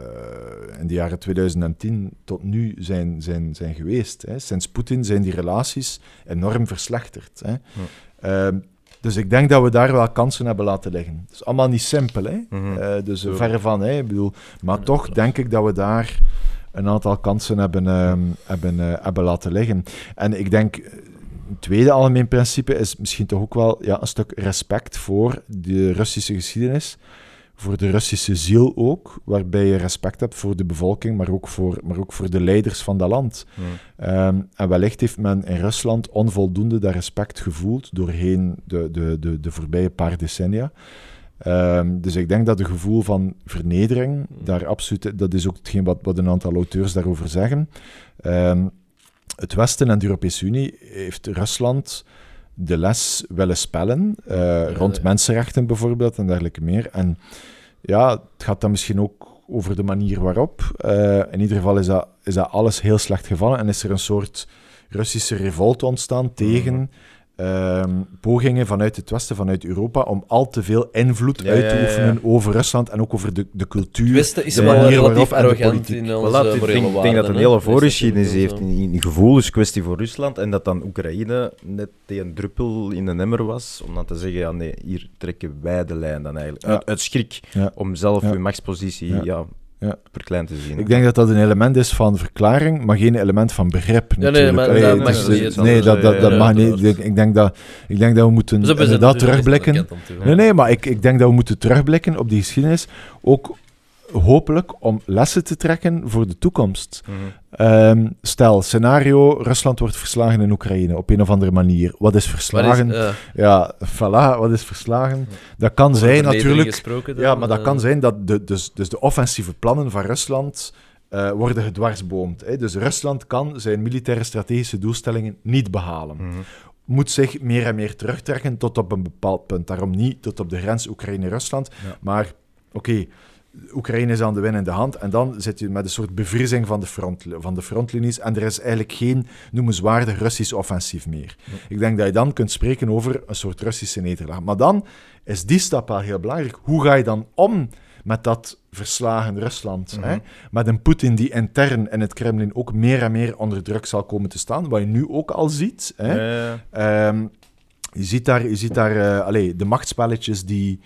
uh, in de jaren tweeduizend tien tot nu zijn, zijn, zijn geweest. Hè. Sinds Poetin zijn die relaties enorm verslechterd. Hè. Ja. Um, Dus ik denk dat we daar wel kansen hebben laten liggen. Het is allemaal niet simpel, hè? Mhm. Uh, dus uh, Zo. verre van, hè? Ik bedoel, maar Ja, toch klopt. denk ik dat we daar een aantal kansen hebben, um, hebben, uh, hebben laten liggen. En ik denk, een tweede algemeen principe is misschien toch ook wel ja, een stuk respect voor de Russische geschiedenis, voor de Russische ziel ook, waarbij je respect hebt voor de bevolking, maar ook voor, maar ook voor de leiders van dat land. Mhm. Um, en wellicht heeft men in Rusland onvoldoende dat respect gevoeld doorheen de, de, de, de voorbije paar decennia. Um, dus ik denk dat het gevoel van vernedering, daar absoluut, dat is ook hetgeen wat, wat een aantal auteurs daarover zeggen. Um, het Westen en de Europese Unie heeft Rusland de les willen spellen, uh, ja, rond ja. mensenrechten bijvoorbeeld en dergelijke meer. En ja, het gaat dan misschien ook over de manier waarop. Uh, in ieder geval is dat, is dat alles heel slecht gevallen en is er een soort Russische revolte ontstaan tegen um, pogingen vanuit het Westen, vanuit Europa, om al te veel invloed Ja, uit te ja, ja, ja. oefenen over Rusland en ook over de, de cultuur. Het Westen is de wel manier relatief waarop en de arrogant politiek. in Voilà, onze ik morele denk, ik denk dat waarden, het een hè. hele Dat is voorgeschiedenis natuurlijk heeft. wel In, in gevoelskwestie voor Rusland. En dat dan Oekraïne net tegen een druppel in de emmer was. Om dan te zeggen, ja nee, hier trekken wij de lijn dan eigenlijk. Ja. Uit, uit schrik. Ja. Om zelf Ja. uw machtspositie Ja. ja. Ja. verkleind te zien. Ik denk dat dat een element is van verklaring, maar geen element van begrip. Ja, nee, natuurlijk. maar Allee, dat het mag is- niet, het is nee, anders, dat, dat, ja, dat ja, mag niet. uiteraard. Ik, ik, denk dat, ik denk dat we moeten Dus we zijn inderdaad er dus aan de terugblikken. kant aan toe, hè. Nee, nee, maar ik, ik denk dat we moeten terugblikken op die geschiedenis. Ook hopelijk om lessen te trekken voor de toekomst. Mhm. Um, stel, scenario, Rusland wordt verslagen in Oekraïne op een of andere manier. Wat is Wat verslagen? is, eh, Ja, voilà, wat is verslagen? Dat kan over zijn vernedering natuurlijk... gesproken dan, Ja, maar dat eh, kan zijn dat de, dus, dus de offensieve plannen van Rusland uh, worden gedwarsboomd. Hè. Dus Rusland kan zijn militaire strategische doelstellingen niet behalen. Mhm. Moet zich meer en meer terugtrekken tot op een bepaald punt. Daarom niet tot op de grens Oekraïne-Rusland. Ja. Maar, oké, okay, Oekraïne is aan de winnende hand en dan zit je met een soort bevriezing van de, front, van de frontlinies en er is eigenlijk geen noemenswaardig Russisch offensief meer. Ja. Ik denk dat je dan kunt spreken over een soort Russische nederlaag. Maar dan is die stap wel heel belangrijk. Hoe ga je dan om met dat verslagen Rusland? Mm-hmm. Hè? Met een Poetin die intern in het Kremlin ook meer en meer onder druk zal komen te staan, wat je nu ook al ziet. Hè? Ja, ja. Um, je ziet daar, je ziet daar uh, allez, de machtspelletjes die,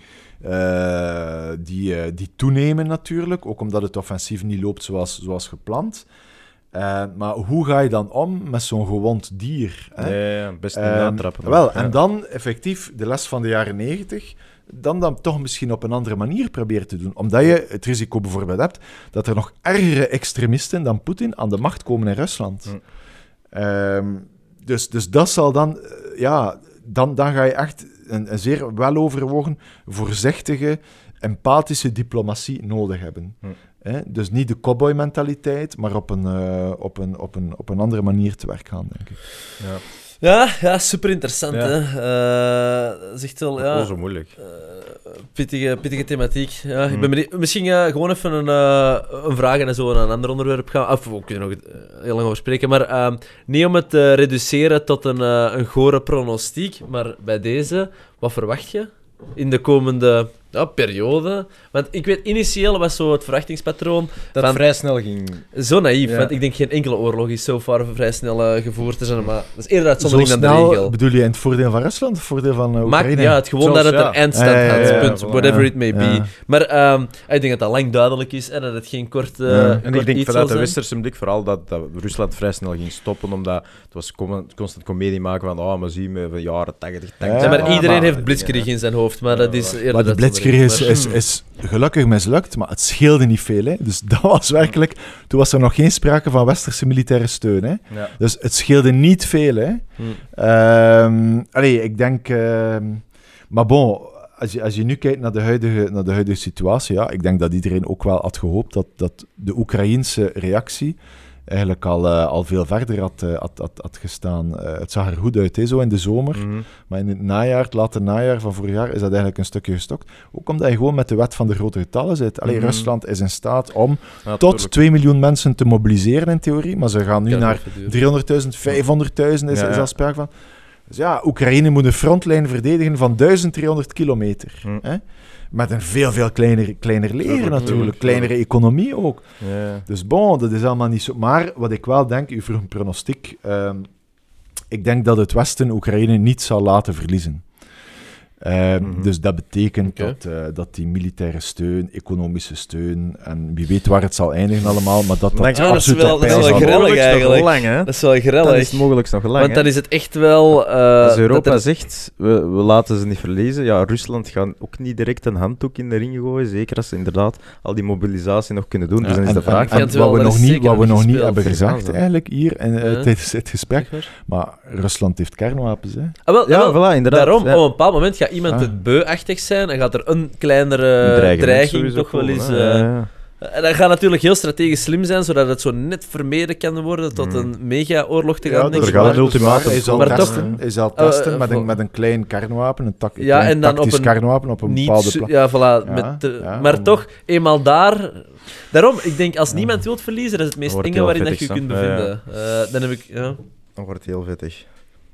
uh, die, uh, die toenemen natuurlijk, ook omdat het offensief niet loopt zoals, zoals gepland. Uh, maar hoe ga je dan om met zo'n gewond dier? Hè? Ja, ja, ja, best niet Um, natrappen. Wel, Ja. en dan effectief de les van de jaren negentig dan dan toch misschien op een andere manier proberen te doen. Omdat je het risico bijvoorbeeld hebt dat er nog ergere extremisten dan Poetin aan de macht komen in Rusland. Hm. Um, dus, dus dat zal dan... Uh, ja, dan, dan ga je echt een, een zeer weloverwogen, voorzichtige, empathische diplomatie nodig hebben. Hm. He, dus niet de cowboy-mentaliteit, maar op een, uh, op, een, op, een, op een andere manier te werk gaan, denk ik. Ja. Ja, ja, super interessant. Ja. Hè? Uh, dat is echt wel ja, oh, zo moeilijk. Uh, pittige, pittige thematiek. Ja, hmm. ik ben benieuwd. Misschien uh, gewoon even een, uh, een vraag en zo naar een ander onderwerp gaan. Of we kunnen nog uh, heel lang over spreken. Maar uh, niet om het te reduceren tot een, uh, een gore pronostiek. Maar bij deze, wat verwacht je in de komende ja, periode? Want ik weet, initieel was zo het verwachtingspatroon... Dat van, vrij snel ging... Zo naïef, ja. want ik denk geen enkele oorlog is zo ver vrij snel uh, gevoerd te zijn. Maar dat is eerder uitzondering zo dan snel, de regel. Bedoel je in het voordeel van Rusland of het voordeel van uh, Oekraïne? Maakt, ja, het gewoon Zoals, dat het ja. een eindstand ja, ja, had, ja, ja, punt. ja, Whatever ja. it may be. Ja. Maar um, ik denk dat dat lang duidelijk is en dat het geen kort, uh, Ja. kort En ik denk iets vanuit zal de zijn. westerse blik vooral dat, dat Rusland vrij snel ging stoppen, omdat het was com- constant comedie maken van oh, maar zie je, van jaren tachtig, Ja, Ja, maar ja, iedereen maar- heeft blitzkrieg in zijn hoofd, maar dat is eerder Maar de dat blitzkrieg is, onderwerp. is, is gelukkig mislukt, maar het scheelde niet veel. Hè. Dus dat was werkelijk... Toen was er nog geen sprake van westerse militaire steun. Hè. Ja. Dus het scheelde niet veel. Hè. Hm. Um, allee, ik denk... Um, maar bon, als je, als je nu kijkt naar de, huidige, naar de huidige situatie, ja, ik denk dat iedereen ook wel had gehoopt dat, dat de Oekraïense reactie eigenlijk al, uh, al veel verder had, uh, had, had, had gestaan. Uh, het zag er goed uit, hè, zo in de zomer. Mm-hmm. Maar in het najaar, het late najaar van vorig jaar, is dat eigenlijk een stukje gestokt. Ook omdat je gewoon met de wet van de grote getallen zit. Allee, Mm-hmm. Rusland is in staat om Ja, tot tuurlijk. twee miljoen mensen te mobiliseren in theorie, maar ze gaan nu Kan naar even duren. driehonderdduizend, vijfhonderdduizend is, Ja, is ja. al sprake van. Dus ja, Oekraïne moet een frontlijn verdedigen van duizend driehonderd kilometer. Hm. Hè? Met een veel, veel kleiner, kleiner leger Tuurlijk, natuurlijk. tuurlijk, Kleinere economie ook. Ja. Dus bon, dat is allemaal niet zo... Maar wat ik wel denk, u vroeg een pronostiek. Um, ik denk dat het Westen Oekraïne niet zal laten verliezen. Um, Mm-hmm. Dus dat betekent Oké. dat, uh, dat die militaire steun, economische steun, en wie weet waar het zal eindigen allemaal, maar dat dat Denk- Ja, dat is absoluut wel- op dat is peil wel zal grellig worden. eigenlijk. Nog lang, hè? Dat is wel Dan grellig. is het mogelijk nog lang, Want hè? dan is het echt wel... Uh, Als Europa dat er- zegt, we, we laten ze niet verliezen, ja, Rusland gaat ook niet direct een handdoek in de ring gooien, zeker als ze inderdaad al die mobilisatie nog kunnen doen. Ja, dus dan is en- de vraag en- van... en het wel, wat we dat nog is niet, zeker wat we nog nog niet gespeeld. hebben gezegd Vergazen. eigenlijk hier in, uh, Ja. tijdens het gesprek, Zeg maar Rusland heeft kernwapens. Hè. Ah, wel, Ja, ah, wel, voilà, inderdaad. Daarom, ja. op een bepaald moment gaat iemand Ah. het beu-achtig zijn en gaat er een kleinere Een dreigement dreiging sowieso toch wel komen, eens... hè. uh, Ja, ja. En dat gaat natuurlijk heel strategisch slim zijn, zodat het zo net vermeden kan worden tot Mm. een mega-oorlog te gaan. dat denk er ik. gaat Maar- een ultimatum Hij zal Maar toch- testen, hij zal Uh, testen uh, met, voor- een, met een klein kernwapen, een, tak, een Ja, klein en dan op tactisch een kernwapen op een Niet bepaalde su- plaats. Ja, voilà. Ja, met de- ja, maar om- toch, eenmaal daar... Daarom, ik denk, als niemand wilt verliezen, dat is het meest wordt enge heel waarin dat je vettig, kunt hè? Ja, bevinden. Eh, dan heb ik... Ja. Dan wordt het heel vettig.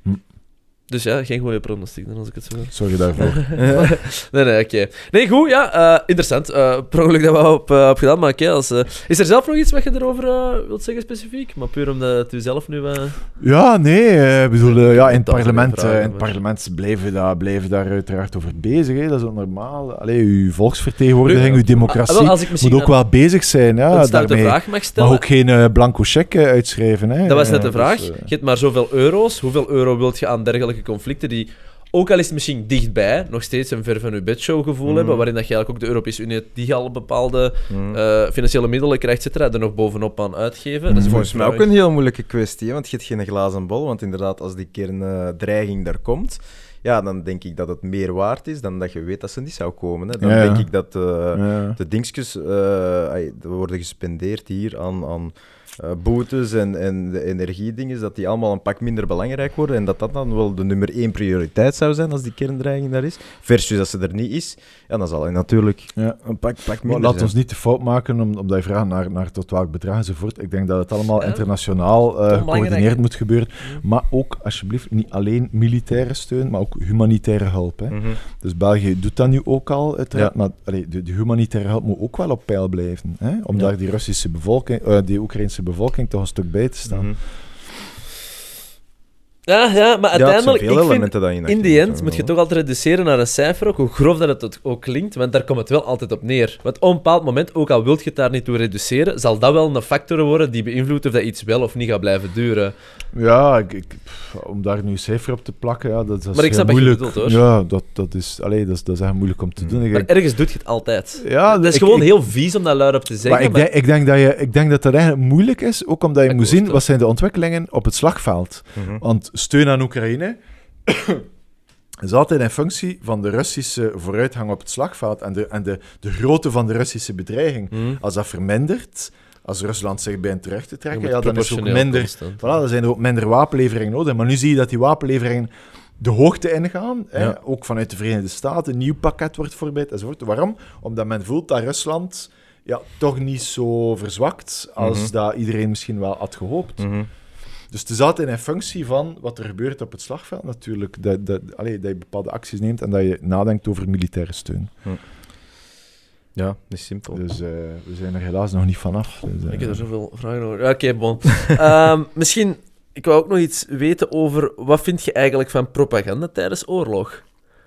Dus ja, geen goede pronostiek, dan als ik het zo... Sorry daarvoor. Nee, nee, oké. Nee, goed, ja, eh, interessant. Uh, per ongeluk dat we op, uh, op gedaan, maar oké, als, uh, is er zelf nog iets wat je erover uh, wilt zeggen specifiek? Maar puur omdat het u zelf nu... Uh... Ja, nee, eh, ik bedoel, eh, ja, in het Dat is een parlement, vraag, eh, in het maar- parlement blijven daar, blijven daar uiteraard over bezig. Hè. Dat is ook normaal. Allee, uw volksvertegenwoordiging, Nu, uw democratie ah, wel, als ik misschien moet ook een- wel bezig zijn. een Ja, stoute daarmee vraag mag stellen. mag ook geen uh, blanco cheque uitschrijven. Hè. Dat was net de Eh, vraag. dus, eh, Je hebt maar zoveel euro's. Hoeveel euro wilt je aan dergelijke conflicten die, ook al is het misschien dichtbij, nog steeds een ver van je bedshow gevoel Mm. hebben, waarin dat je eigenlijk ook de Europese Unie, die al bepaalde Mm. uh, financiële middelen krijgt, et cetera, er nog bovenop aan uitgeven. Dat is Mm. Volgens mij ook vraag. een heel moeilijke kwestie, hè, want je hebt geen glazen bol. Want inderdaad, als die kerndreiging daar komt, ja, dan denk ik dat het meer waard is dan dat je weet dat ze niet zou komen. Hè. Dan Ja, ja. denk ik dat uh, ja. de dingetjes uh, ay, worden gespendeerd hier aan, aan uh, boetes en, en de energiedingen, dat die allemaal een pak minder belangrijk worden en dat dat dan wel de nummer één prioriteit zou zijn als die kerndreiging daar is. Versus als ze er niet is, ja, dan zal hij natuurlijk Ja. een pak, pak Maar minder laat zijn. ons niet de fout maken, om, omdat je vraagt naar, naar tot welk bedrag enzovoort. Ik denk dat het allemaal Ja. internationaal uh, belangrijk, gecoördineerd hè? moet gebeuren. Maar ook, alsjeblieft, niet alleen militaire steun, maar ook humanitaire hulp. Hè. Mhm. Dus België doet dat nu ook al, uiteraard. Ja. Maar allee, de, de humanitaire hulp moet ook wel op peil blijven. Hè, om Ja. daar die Russische bevolking, uh, die Oekraïnse bevolking toch een stuk bij te staan. Mhm. Ja, ja, maar uiteindelijk, ja, veel ik vind, elementen dat in in the end moet je toch altijd reduceren naar een cijfer ook, hoe grof dat het ook klinkt, want daar komt het wel altijd op neer. Want op een bepaald moment, ook al wilt je het daar niet toe reduceren, zal dat wel een factor worden die beïnvloedt of dat iets wel of niet gaat blijven duren. Ja, ik, ik, pff, om daar nu een cijfer op te plakken, ja, dat, dat is Maar ik snap heel wat je moeilijk. bedoelt, hoor. Ja, dat, dat, is, allee, dat, is, dat is echt moeilijk om te doen. Ik, Maar ergens doet je het altijd. ja, Dat is ik- gewoon ik- heel vies om dat luidop te zeggen. Maar ik, maar- denk, ik, denk dat je, ik denk dat dat eigenlijk moeilijk is, ook omdat je moet Akkoord, zien ja. wat zijn de ontwikkelingen op het slagveld. Mhm. Want steun aan Oekraïne is altijd in functie van de Russische vooruitgang op het slagveld en de, en de, de grootte van de Russische bedreiging. Hm. Als dat vermindert, als Rusland zich begint terug te Je trekken, moet ja, dan is er ook proportioneel minder, constant. voilà, dan zijn er ook minder wapenleveringen nodig. Maar nu zie je dat die wapenleveringen de hoogte ingaan, hè, Ja. ook vanuit de Verenigde Staten. Een nieuw pakket wordt voorbereid enzovoort. Waarom? Omdat men voelt dat Rusland ja, toch niet zo verzwakt als Mhm. dat iedereen misschien wel had gehoopt. Mhm. Dus het is altijd in functie van wat er gebeurt op het slagveld natuurlijk. Dat, dat, allee, dat je bepaalde acties neemt en dat je nadenkt over militaire steun. Ja, dat is simpel. Dus eh, we zijn er helaas nog niet vanaf. Dus, eh, Ik heb er zoveel vragen over. Ja, Oké, bon. Ehm, misschien, ik wou ook nog iets weten over wat vind je eigenlijk van propaganda tijdens oorlog?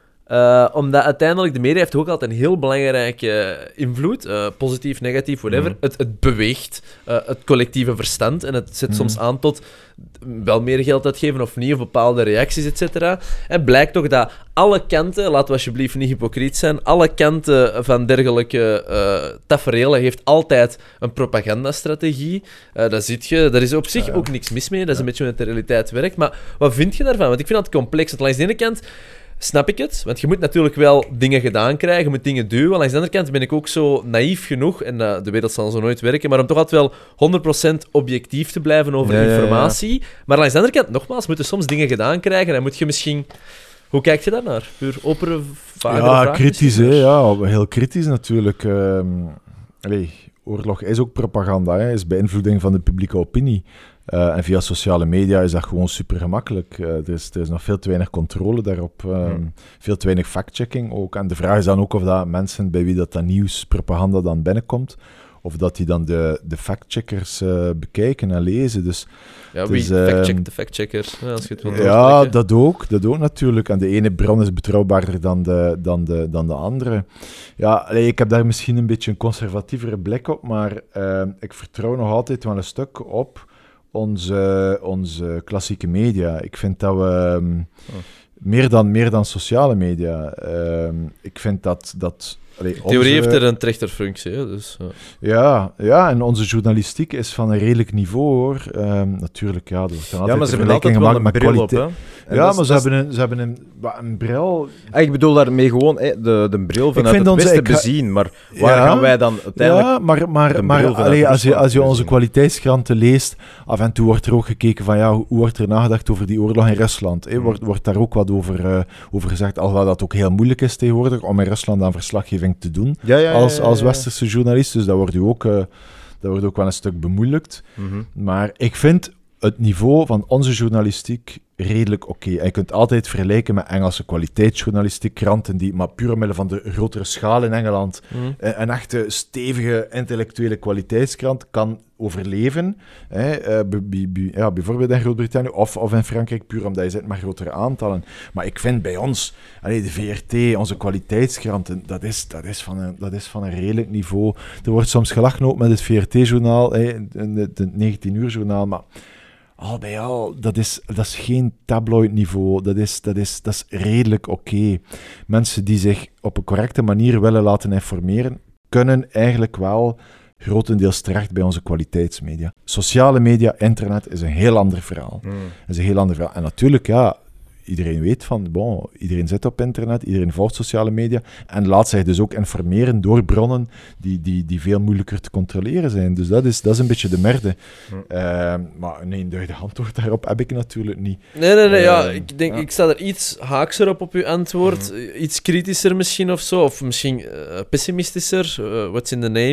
Eh, omdat uiteindelijk de media heeft ook altijd een heel belangrijke invloed, eh, positief, negatief, whatever. Mhm. Het, het beweegt uh, het collectieve verstand en het zet Mhm. soms aan tot wel meer geld uitgeven of niet, of bepaalde reacties, et cetera. En blijkt toch dat alle kanten, laten we alsjeblieft niet hypocriet zijn, alle kanten van dergelijke uh, taferelen heeft altijd een propagandastrategie. Uh, dat ziet je, daar is op zich Ja. ook niks mis mee, dat is een beetje hoe het de realiteit werkt. Maar wat vind je daarvan? Want ik vind dat complex. Want langs de ene kant snap ik het, want je moet natuurlijk wel dingen gedaan krijgen, je moet dingen duwen. Langs de andere kant ben ik ook zo naïef genoeg, en uh, de wereld zal zo nooit werken, maar om toch altijd wel honderd procent objectief te blijven over Ja, ja, ja. informatie. Maar langs de andere kant, nogmaals, moet je soms dingen gedaan krijgen en moet je misschien... Hoe kijk je daarnaar? Puur opere, vagere ja, vraag kritisch, hè? misschien, maar- Ja, heel kritisch natuurlijk. Ehm allee, oorlog is ook propaganda, hè? Is beïnvloeding van de publieke opinie. Uh, en via sociale media is dat gewoon super gemakkelijk. Uh, er, is, er is nog veel te weinig controle daarop. Um, Hmm. Veel te weinig fact-checking ook. En de vraag is dan ook of dat mensen bij wie dat, dat nieuws, propaganda dan binnenkomt, of dat die dan de, de factcheckers uh, bekijken en lezen. Dus Ja, het wie is, ehm, fact-checkt de fact-checker, ja, als je het wilt ja, doortrekken. dat ook, dat ook natuurlijk. En de ene bron is betrouwbaarder dan de, dan de, dan de andere. Ja, allee, ik heb daar misschien een beetje een conservatievere blik op, maar uh, ik vertrouw nog altijd wel een stuk op onze, onze klassieke media. Ik vind dat we... Um, Oh. meer, dan, meer dan sociale media. Um, ik vind dat... dat allee, Theorie onze- heeft er een trechterfunctie, hè, dus... ja. Ja, ja, en onze journalistiek is van een redelijk niveau, hoor. Um, natuurlijk, ja, er wordt dan Ja, altijd maar ze de hebben altijd vergelijking wel gemaakt een met bril op, kwaliteit. hè. En Ja, dat is- maar ze dat is- hebben een, ze hebben een, wat, een bril. Ah, ik bedoel daarmee gewoon hè, de, de bril vanuit vind het onze- Westen ik ga- bezien, maar waar Ja. gaan wij dan uiteindelijk... Ja, maar, maar, de maar bril vanuit allee, als, je, Rusland als je onze bezien. kwaliteitskranten leest, af en toe wordt er ook gekeken van, ja, hoe, hoe wordt er nagedacht over die oorlog in Rusland? Hè? Hmm. Wordt, wordt daar ook wat over, uh, over gezegd, alhoewel dat ook heel moeilijk is tegenwoordig, om in Rusland aan verslaggeving te doen, Ja, ja, ja, als, ja, als ja. westerse journalist. Dus dat wordt, u ook, uh, dat wordt ook wel een stuk bemoeilijkt. Mhm. Maar ik vind het niveau van onze journalistiek redelijk oké. En je kunt altijd vergelijken met Engelse kwaliteitsjournalistiek, kranten die, maar puur omwille van de grotere schaal in Engeland, Hm. een, een echte stevige intellectuele kwaliteitskrant kan overleven. Hè, eh, b- b- b- ja, bijvoorbeeld in Groot-Brittannië of, of in Frankrijk, puur omdat je zit met grotere aantallen. Maar ik vind bij ons, allee, de V R T, onze kwaliteitskranten, dat is, dat, is van een, dat is van een redelijk niveau. Er wordt soms gelachen ook met het V R T-journaal, het negentien uur-journaal, maar al bij al, dat is, dat is geen tabloid-niveau. Dat is, dat is, dat is redelijk oké. Mensen die zich op een correcte manier willen laten informeren, kunnen eigenlijk wel grotendeels terecht bij onze kwaliteitsmedia. Sociale media, internet, is een heel ander verhaal. Mm. is een heel ander verhaal. En natuurlijk, ja, iedereen weet van, bon, iedereen zit op internet, iedereen volgt sociale media en laat zich dus ook informeren door bronnen die, die, die veel moeilijker te controleren zijn. Dus dat is, dat is een beetje de merde. Hm. Uh, maar een eenduidig antwoord daarop heb ik natuurlijk niet. Nee, nee, nee, ja. Eh, Ik denk, ja. ik sta er iets haakser op op uw antwoord. Iets kritischer misschien of zo. Of misschien eh, pessimistischer. eh, what's in the name?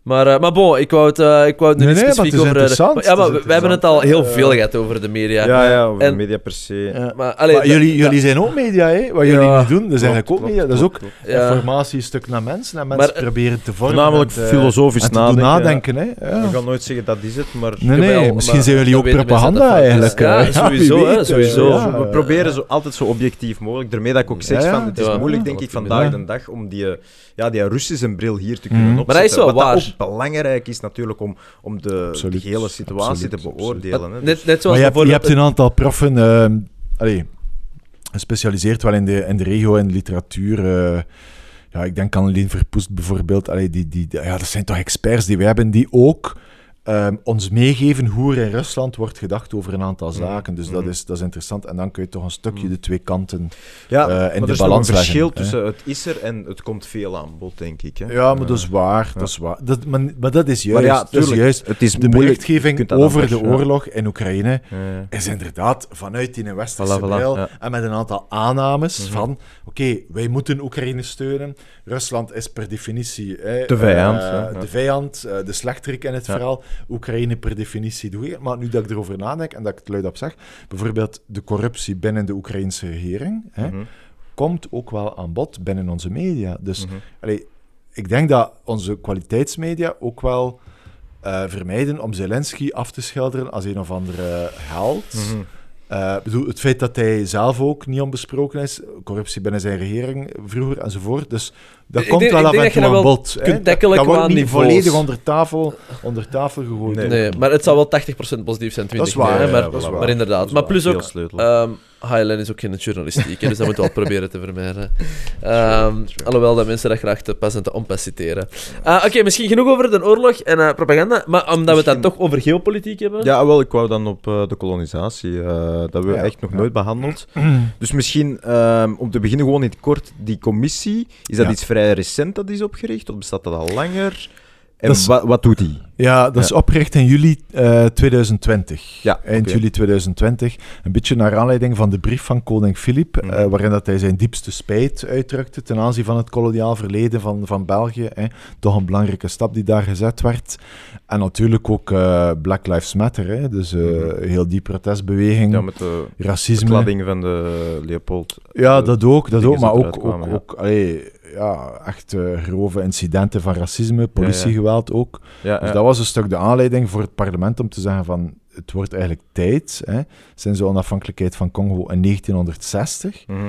Maar, uh, maar bon, ik wou het, uh, ik wou het nu Nee, niet nee, specifiek maar het is over... De, interessant, ja, maar het is we, we hebben het al heel interessant. veel gehad over de media. Ja, ja, over En- de media per se. Ja. Maar, allee, Maar dat- jullie, dat- jullie zijn ook media, hè? Wat Ja, jullie nu doen, dat is Klopt, eigenlijk ook klopt, media. Dat is ook klopt, klopt. Ja. informatiestuk naar mensen en mensen Maar, eh, proberen te vormen. Voornamelijk en te- filosofisch en te doen nadenken, nadenken, hè? Ja. Ik ga nooit zeggen dat is het, maar... Nee, nee, Jawel, misschien maar zijn jullie dan ook weten mensen propaganda dat dat eigenlijk. is. Ja, hè. sowieso, wie hè, weet, sowieso. ja. we proberen zo, altijd zo objectief mogelijk. Daarmee dat ik ook zeg Ja, ja. van, het is Ja. moeilijk, denk Ja. ik, vandaag Ja. de dag om die, eh, ja, die Russische bril hier te kunnen Mhm. opzetten. Maar dat is wel Wat waar. dat ook belangrijk is natuurlijk om, om de, Absoluut, de hele situatie absoluut, te beoordelen. Hè. net, Dus- net zoals Maar je hebt, je bijvoorbeeld... hebt een aantal proffen, uh, allee, gespecialiseerd wel in de, in de regio en de literatuur. Uh, ja, ik denk aan Lien Verpoest bijvoorbeeld. Allee, die, die, die- ja, dat zijn toch experts die wij hebben die ook um, ons meegeven hoe er in Rusland wordt gedacht over een aantal zaken. Dus dat, Mhm. is, dat is interessant. En dan kun je toch een stukje Mhm. de twee kanten... ja, eh, in maar de er is nog balans een leggen, verschil hè. tussen het is er en het komt veel aan bod, denk ik. Hè. Ja, maar dat is Eh, waar. ja. Dat is waar. Dat, maar, maar dat is Maar juist. ja, dat is tuurlijk, juist het is de moeilijk. Je berichtgeving kunt dat over anders, de ja. oorlog in Oekraïne Ja. is inderdaad vanuit die westerse Voilà, voilà, bril ja. en met een aantal aannames Mhm. van oké, wij moeten Oekraïne steunen. Rusland is per definitie hè, De vijand, eh, ja, ja. de vijand, eh, de slechterik in het Ja. verhaal. Oekraïne per definitie de goeie. Maar nu dat ik erover nadenk en dat ik het luidop zeg, bijvoorbeeld de corruptie binnen de Oekraïnse regering, hè, Mhm. komt ook wel aan bod binnen onze media. Dus Mhm. allee, ik denk dat onze kwaliteitsmedia ook wel eh, vermijden om Zelensky af te schilderen als een of andere held. Mhm. Eh, bedoel, het feit dat hij zelf ook niet onbesproken is, corruptie binnen zijn regering vroeger enzovoort. Dus dat Ik komt denk- wel ik af denk en dat je toe dat aan wel bod. hè. kunt Dat, tackelen dat wordt qua niet niveaus. volledig onder tafel, onder tafel gegooid. Nee. Nee, maar het zal wel tachtig procent positief zijn, twintig Dat is waar, nee, ja, maar, ja, dat is waar. maar inderdaad. Dat is Maar waar. plus Heel ook, sleutel. ehm Highline is ook geen journalistiek, hè, dus dat moeten we wel proberen te vermijden. Ehm, alhoewel dat mensen dat graag te pas en te onpas citeren. Uh, Oké, misschien genoeg over de oorlog en uh, propaganda, maar omdat we het dan Misschien- toch over geopolitiek hebben... Ja, wel, ik wou dan op eh, de kolonisatie. eh, dat hebben we Ja, echt nog ja. nooit behandeld. Dus misschien, ehm, om te beginnen gewoon in het kort, die commissie, is dat Ja. iets vrij recent dat is opgericht, of bestaat dat al langer? En Dat is- wa- wat doet die? Ja, dat is Ja. opgericht in juli eh, tweeduizend twintig. Ja, Eind oké. juli tweeduizend twintig. Een beetje naar aanleiding van de brief van koning Filip, Mhm. eh, waarin dat hij zijn diepste spijt uitdrukte ten aanzien van het koloniaal verleden van, van België. Hè. Toch een belangrijke stap die daar gezet werd. En natuurlijk ook eh, Black Lives Matter, hè. Dus eh, Mhm. heel die protestbeweging, Ja, met de racisme. kladding van de Leopold. Ja, de dat ook, dat dingen ook maar zo ook, eruit ook, kwamen, ja. ook allee, ja, echt eh, grove incidenten van racisme, politiegeweld ook. Ja, Dus ja. dat was een stuk de aanleiding voor het parlement om te zeggen van het wordt eigenlijk tijd, hè, sinds de onafhankelijkheid van Congo in negentienhonderdzestig. Mhm.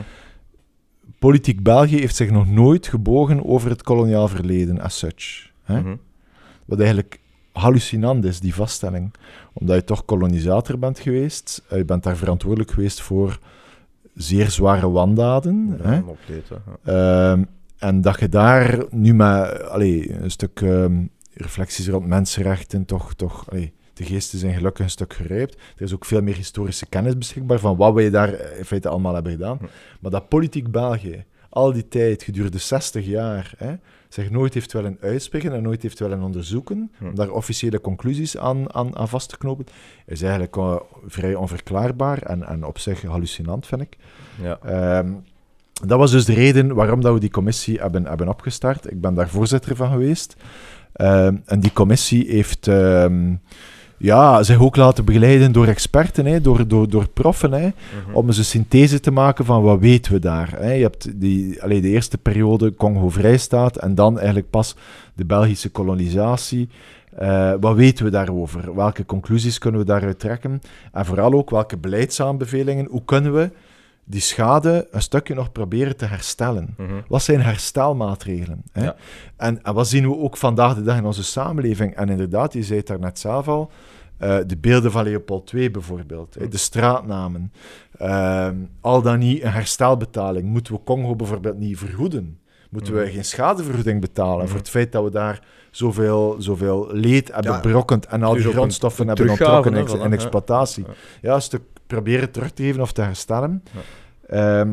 Politiek België heeft zich nog nooit gebogen over het koloniaal verleden as such. Hè? Mhm. Wat eigenlijk hallucinant is, die vaststelling. Omdat je toch kolonisator bent geweest, eh, je bent daar verantwoordelijk geweest voor zeer zware wandaden. Ja, hè? een update, hè. Ja. Ehm, en dat je daar nu met allee, een stuk ehm, reflecties rond mensenrechten toch, toch allee, de geesten zijn gelukkig een stuk gerijpt. Er is ook veel meer historische kennis beschikbaar van wat wij daar in feite allemaal hebben gedaan. Hm. Maar dat politiek België, al die tijd, gedurende zestig jaar, hè, zich nooit heeft willen uitspreken en nooit heeft willen onderzoeken, Hm. om daar officiële conclusies aan, aan, aan vast te knopen, is eigenlijk eh, vrij onverklaarbaar en, en op zich hallucinant, vind ik. Ja. Ehm, dat was dus de reden waarom dat we die commissie hebben, hebben opgestart. Ik ben daar voorzitter van geweest. Ehm, en die commissie heeft ehm, ja, zich ook laten begeleiden door experten, hè, door, door, door proffen, hè, Mhm. om eens een synthese te maken van wat weten we daar. Hè. Je hebt die, allee, de eerste periode Congo-Vrijstaat en dan eigenlijk pas de Belgische kolonisatie. Uh, wat weten we daarover? Welke conclusies kunnen we daaruit trekken? En vooral ook welke beleidsaanbevelingen, hoe kunnen we die schade een stukje nog proberen te herstellen? Mhm. Wat zijn herstelmaatregelen? Hè? Ja. En, en wat zien we ook vandaag de dag in onze samenleving? En inderdaad, je zei het daar net zelf al, uh, de beelden van Leopold de Tweede bijvoorbeeld, hè? De straatnamen, uh, al dan niet een herstelbetaling. Moeten we Congo bijvoorbeeld niet vergoeden? Moeten we Mhm. geen schadevergoeding betalen Mhm. voor het feit dat we daar zoveel, zoveel leed hebben Ja. berokkend en al Dus die ook een- grondstoffen een hebben teruggave, ontrokken hè, in, van, in ja. exploitatie? Ja. Ja, een stuk proberen terug te geven of te herstellen. Ehm,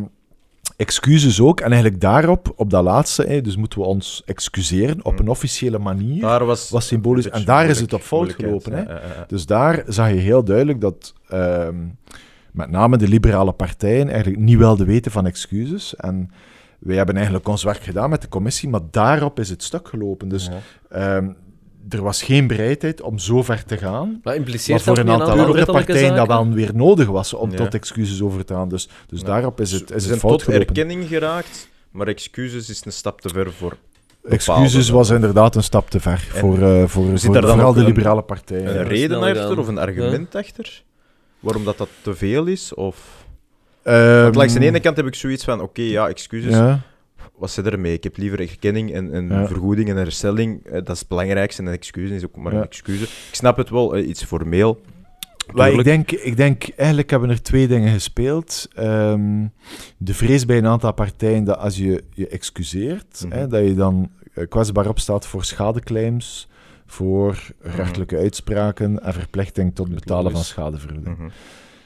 excuses ook. En eigenlijk daarop, op dat laatste, hè, dus moeten we ons excuseren op Hm. een officiële manier. Daar was, Was symbolisch. een En beetje daar is moeilijk- het op fout moeilijkheid, gelopen. Hè. ja, ja, ja. Dus daar zag je heel duidelijk dat ehm, met name de liberale partijen eigenlijk niet wilden weten van excuses. En wij hebben eigenlijk ons werk gedaan met de commissie, maar daarop is het stuk gelopen. Dus Ja. ehm, er was geen bereidheid om zo ver te gaan. Maar Maar impliceert voor dat een niet aantal andere wettelijke partijen dat zaken? wel weer nodig was om Ja. tot excuses over te gaan. Dus, dus Ja. daarop is het, Ze is het zijn fout tot gelopen. erkenning geraakt, maar excuses is een stap te ver voor... Excuses was inderdaad een stap te ver En voor, uh, voor, zit voor daar dan vooral ook de een- liberale partijen. Een Ja, reden snel achter gedaan. of een argument achter? Waarom dat, dat te veel is? Of... Ehm, Want langs de ene kant heb ik zoiets van, oké, ja, excuses, ja. wat zit ermee? Ik heb liever erkenning en, en Ja. vergoeding en herstelling. Eh, Dat is het belangrijkste en een excuus is ook maar Ja. een excuus. Ik snap het wel, eh, iets formeel. Maar ik Tuurlijk. denk, ik denk, eigenlijk hebben er twee dingen gespeeld. Ehm, de vrees bij een aantal partijen dat als je je excuseert, Mhm. hè, dat je dan eh, kwetsbaar opstaat voor schadeclaims, voor rechtelijke uitspraken en verplichting tot het betalen van Logisch. schadevergoeding. Mhm.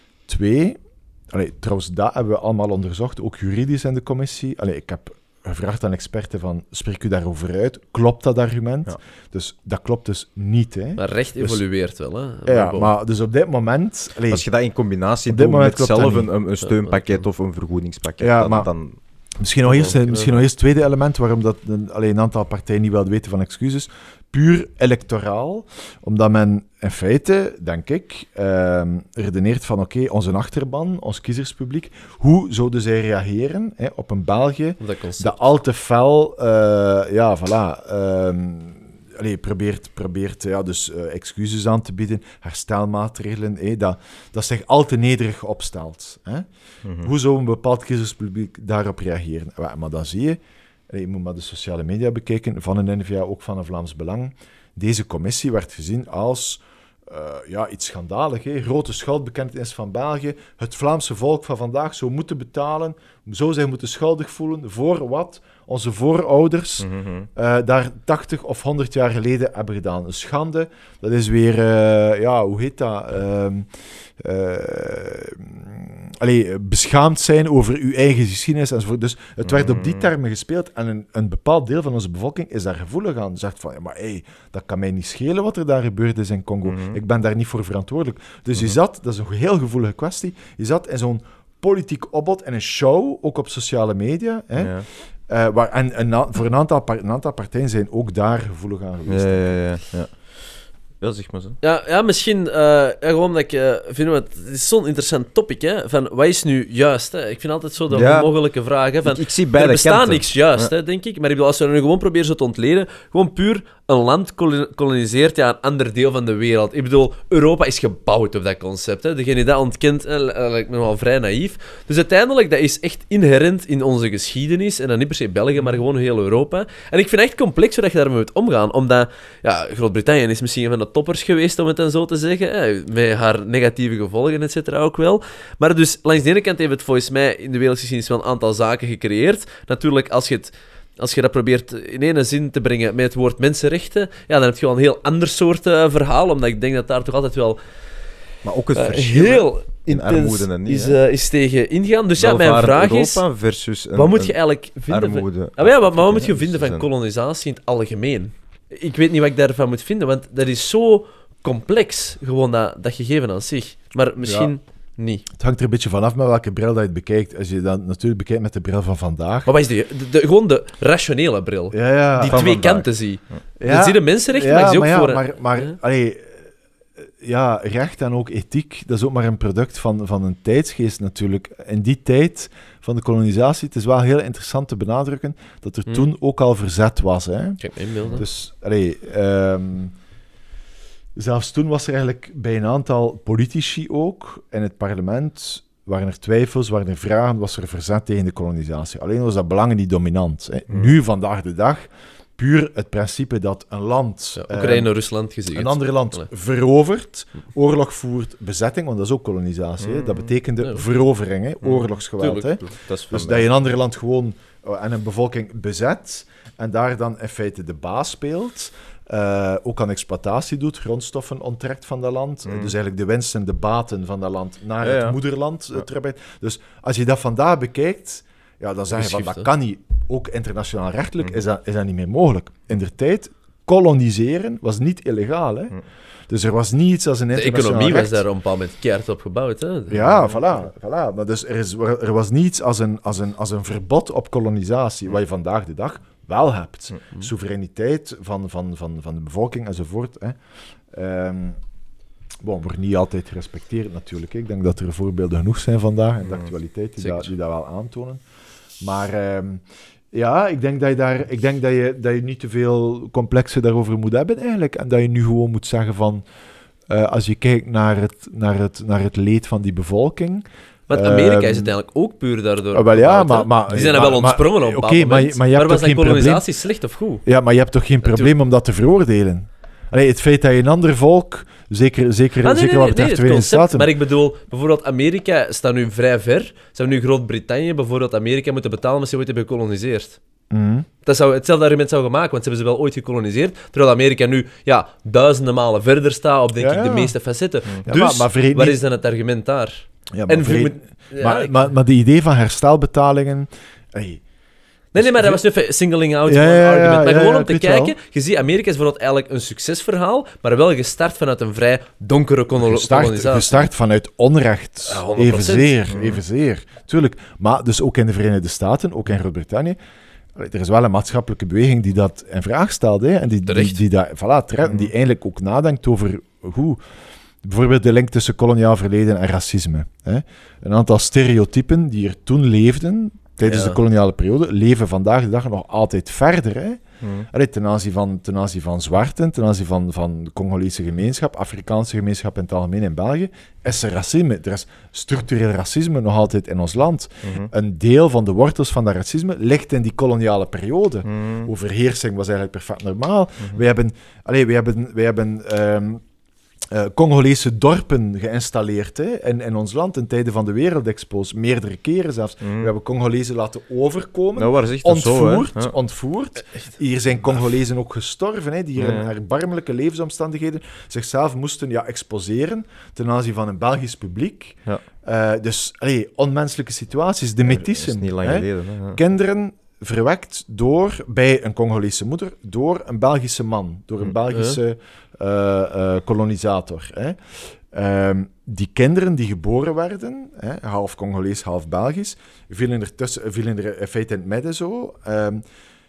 Twee, allee, trouwens, dat hebben we allemaal onderzocht, ook juridisch in de commissie. Allee, ik heb gevraagd aan experten van, spreek u daarover uit? Klopt dat argument? Ja. Dus dat klopt dus niet, hè. Maar recht Dus- evolueert wel, hè. Ja, bon. maar dus op dit moment... Allee, Als je dat in combinatie Op dit doet moment met klopt dat zelf niet. een, een, een steunpakket Ja, of een vergoedingspakket, Ja, dan, maar- dan... Misschien nog, eerst, Ja, misschien nog eerst het tweede element waarom dat een, allee, een aantal partijen niet wilden weten van excuses. Puur electoraal, omdat men in feite, denk ik, ehm, redeneert van oké, onze achterban, ons kiezerspubliek, hoe zouden zij reageren hè, op een België Dat concept. dat al te fel, eh, ja, voilà, ehm, allee, probeert, probeert ja, dus, eh, excuses aan te bieden, herstelmaatregelen, hè, dat, dat zich al te nederig opstelt. Hè. Mhm. Hoe zou een bepaald kiezerspubliek daarop reageren? Ja, maar dan zie je, je moet maar de sociale media bekijken, van een N V A, ook van een Vlaams Belang. Deze commissie werd gezien als uh, ja, iets schandalig. Hè? Grote schuldbekentenis van België. Het Vlaamse volk van vandaag zou moeten betalen, zou zich moeten schuldig voelen voor wat onze voorouders Mhm. uh, daar tachtig of honderd jaar geleden hebben gedaan. Een schande. Dat is weer, uh, ja, hoe heet dat? Uh, uh, allee, beschaamd zijn over uw eigen geschiedenis enzovoort. Dus het werd op die termen gespeeld en een, een bepaald deel van onze bevolking is daar gevoelig aan. Zegt van, ja, maar hey, dat kan mij niet schelen wat er daar gebeurd is in Congo. Mhm. Ik ben daar niet voor verantwoordelijk. Dus Mhm. je zat, dat is een heel gevoelige kwestie, je zat in zo'n politiek opbod en een show, ook op sociale media, hè, Ja. Uh, waar, en een, voor een aantal, par- een aantal partijen zijn ook daar gevoelig aan Ja, geweest. ja, ja, ja, ja. Ja, zeg maar zo. Ja, ja, misschien uh, ja, gewoon dat ik uh, vind, want het is zo'n interessant topic, hè, van wat is nu juist? Hè? Ik vind altijd zo de Ja. onmogelijke vraag, hè, van, Ik, ik zie beide er bestaat kanten. niks juist, Ja. hè, denk ik. Maar ik bedoel, als we er nu gewoon proberen zo te ontleden, gewoon puur een land kol- koloniseert ja, een ander deel van de wereld. Ik bedoel, Europa is gebouwd op dat concept. Hè. Degene die dat ontkent, hè, lijkt me wel vrij naïef. Dus uiteindelijk, dat is echt inherent in onze geschiedenis. En dan niet per se België, maar gewoon heel Europa. En ik vind het echt complex hoe dat je daarmee moet omgaan. Omdat, ja, Groot-Brittannië is misschien een van de toppers geweest, om het dan zo te zeggen. Hè, met haar negatieve gevolgen, et cetera, ook wel. Maar dus, langs de ene kant heeft het volgens mij in de wereldgeschiedenis wel een aantal zaken gecreëerd. Natuurlijk, als je het... Als je dat probeert in ene zin te brengen met het woord mensenrechten, ja, dan heb je wel een heel ander soort uh, verhaal, omdat ik denk dat daar toch altijd wel Maar ook het uh, verschil heel in intens armoede en niet, is, hè. uh, is tegen ingaan. Dus ja, mijn Welvarend vraag is, Europa versus een, wat moet een je eigenlijk vinden van... armoede. Ah, maar ja, maar, maar wat moet je Ja, vinden dus van een- kolonisatie in het algemeen? Ik weet niet wat ik daarvan moet vinden, want dat is zo complex, gewoon dat, dat gegeven aan zich. Maar misschien niet. Het hangt er een beetje vanaf met welke bril dat je het bekijkt. Als je dat natuurlijk bekijkt met de bril van vandaag. Maar wat is de, de, de- gewoon de rationele bril? Ja, ja. die van twee vandaag. kanten zie. ja, Dat zie je mensenrechten, ja, maar ik zie ook maar ja, voor... Maar, maar Ja. allee, eh, ja, recht en ook ethiek, dat is ook maar een product van, van een tijdsgeest natuurlijk. In die tijd van de kolonisatie, het is wel heel interessant te benadrukken dat er Hmm. toen ook al verzet was. Hè? Kijk, mijn beelden. Dus, allee, ehm, zelfs toen was er eigenlijk bij een aantal politici ook in het parlement, waren er twijfels, waren er vragen, was er verzet tegen de kolonisatie. Alleen was dat belangen niet dominant. Hè. Hmm. Nu, vandaag de dag, puur het principe dat een land... Ja, ehm, Oekraïne, Rusland gezegd. een ander land Allee. verovert, oorlog voert, bezetting, want dat is ook kolonisatie. Hè. Dat betekende Ja. verovering, hè, oorlogsgeweld. Hè. Tuurlijk. Dat is van Dus mij. dat je een ander land gewoon uh, en een bevolking bezet en daar dan in feite de baas speelt, uh, ook aan exploitatie doet, grondstoffen onttrekt van dat land, Mm. uh, dus eigenlijk de winsten, de baten van dat land naar Ja, ja. het moederland uh, Ja. terugbrengt. Dus als je dat vandaag bekijkt, ja, dan zeg je van, Geschift, dat hè? kan niet. Ook internationaal rechtelijk Mm. is, dat, is dat niet meer mogelijk. In der tijd, koloniseren was niet illegaal. Hè? Mm. Dus er was niet iets als een De internationaal economie was recht. daar op een bepaald moment keihard op gebouwd. Hè? Ja, voilà. voilà. Maar dus er, is, er was niets als een, als, een, als een verbod op kolonisatie, wat je vandaag de dag wel hebt. Mhm. Soevereiniteit van, van, van, van de bevolking enzovoort. Hè. Um, bon, wordt niet altijd gerespecteerd natuurlijk. Hè. Ik denk dat er voorbeelden genoeg zijn vandaag in de actualiteit die, dat, die dat wel aantonen. Maar um, ja, ik denk, dat je, daar, ik denk dat, je, dat je niet te veel complexen daarover moet hebben eigenlijk. En dat je nu gewoon moet zeggen van... Uh, als je kijkt naar het, naar, het, naar het leed van die bevolking... Want Amerika um, is uiteindelijk ook puur daardoor... Uh, wel ja, gebouwd, maar, maar... Die zijn er maar, wel ontsprongen maar, op een Oké, bepaald maar, moment. maar je hebt maar was toch dat geen kolonisatie probleem... slecht of goed? Ja, maar je hebt toch geen probleem om dat te veroordelen? Allee, het feit dat je een ander volk, zeker, zeker, Ah, nee, zeker nee, wat nee, betreft nee, de Verenigde Staten... Maar ik bedoel, bijvoorbeeld Amerika staat nu vrij ver. Ze hebben nu Groot-Brittannië, bijvoorbeeld Amerika, moeten betalen omdat ze ooit hebben gekoloniseerd. Mm. Dat zou, hetzelfde argument zou gemaakt, want ze hebben ze wel ooit gekoloniseerd, terwijl Amerika nu ja, duizenden malen verder staat op denk Ja, ik ja. de meeste facetten. Ja, Dus, maar, maar vergeet waar niet- is dan het argument daar? Ja, maar, En vreemd- moet- ja, maar, ik- maar, maar de idee van herstelbetalingen... Hey, Nee, nee, maar dat was nu even singling out Ja, van ja, ja, argument. Maar ja, gewoon ja, om ik te weet kijken, wel. je ziet, Amerika is bijvoorbeeld eigenlijk een succesverhaal, maar wel gestart vanuit een vrij donkere kolo- gestart, kolonisatie. gestart vanuit onrecht. Ja, honderd procent. Evenzeer, evenzeer. Tuurlijk. Maar dus ook in de Verenigde Staten, ook in Groot-Brittannië... allee, er is wel een maatschappelijke beweging die dat in vraag stelt. Hè, en die, die, Terecht. die, dat, voilà, terecht, die eigenlijk ook nadenkt over hoe... Bijvoorbeeld de link tussen koloniaal verleden en racisme. Hè. Een aantal stereotypen die er toen leefden, tijdens Ja. de koloniale periode, leven vandaag de dag nog altijd verder. Hè. Mhm. Allee, ten aanzien van, ten aanzien van zwarten, ten aanzien van, van de Congolese gemeenschap, Afrikaanse gemeenschap in het algemeen in België, is er racisme. Er is structureel racisme nog altijd in ons land. Mhm. Een deel van de wortels van dat racisme ligt in die koloniale periode. Mhm. Overheersing was eigenlijk perfect normaal. Wij hebben, allee, wij hebben, wij hebben ehm, eh, Congolese dorpen geïnstalleerd hè, in, in ons land in tijden van de Wereldexpo's, meerdere keren zelfs. Mhm. We hebben Congolezen laten overkomen. Nou, waar is echt dat zo, hè? Ontvoerd, Ja. ontvoerd. Hier zijn Congolezen ook gestorven, hè, die hier Ja. in erbarmelijke levensomstandigheden zichzelf moesten ja, exposeren ten aanzien van een Belgisch publiek. Ja. Uh, dus allee, onmenselijke situaties, de Dat métissen. is niet lang hè. geleden. Hè? Ja. Kinderen verwekt door, bij een Congolese moeder, door een Belgische man, door een Hm. Belgische uh, uh, kolonisator. Hè. Um, die kinderen die geboren werden, hè, half Congolees, half Belgisch, vielen er, tussen, vielen er in feite in het midden zo. Um,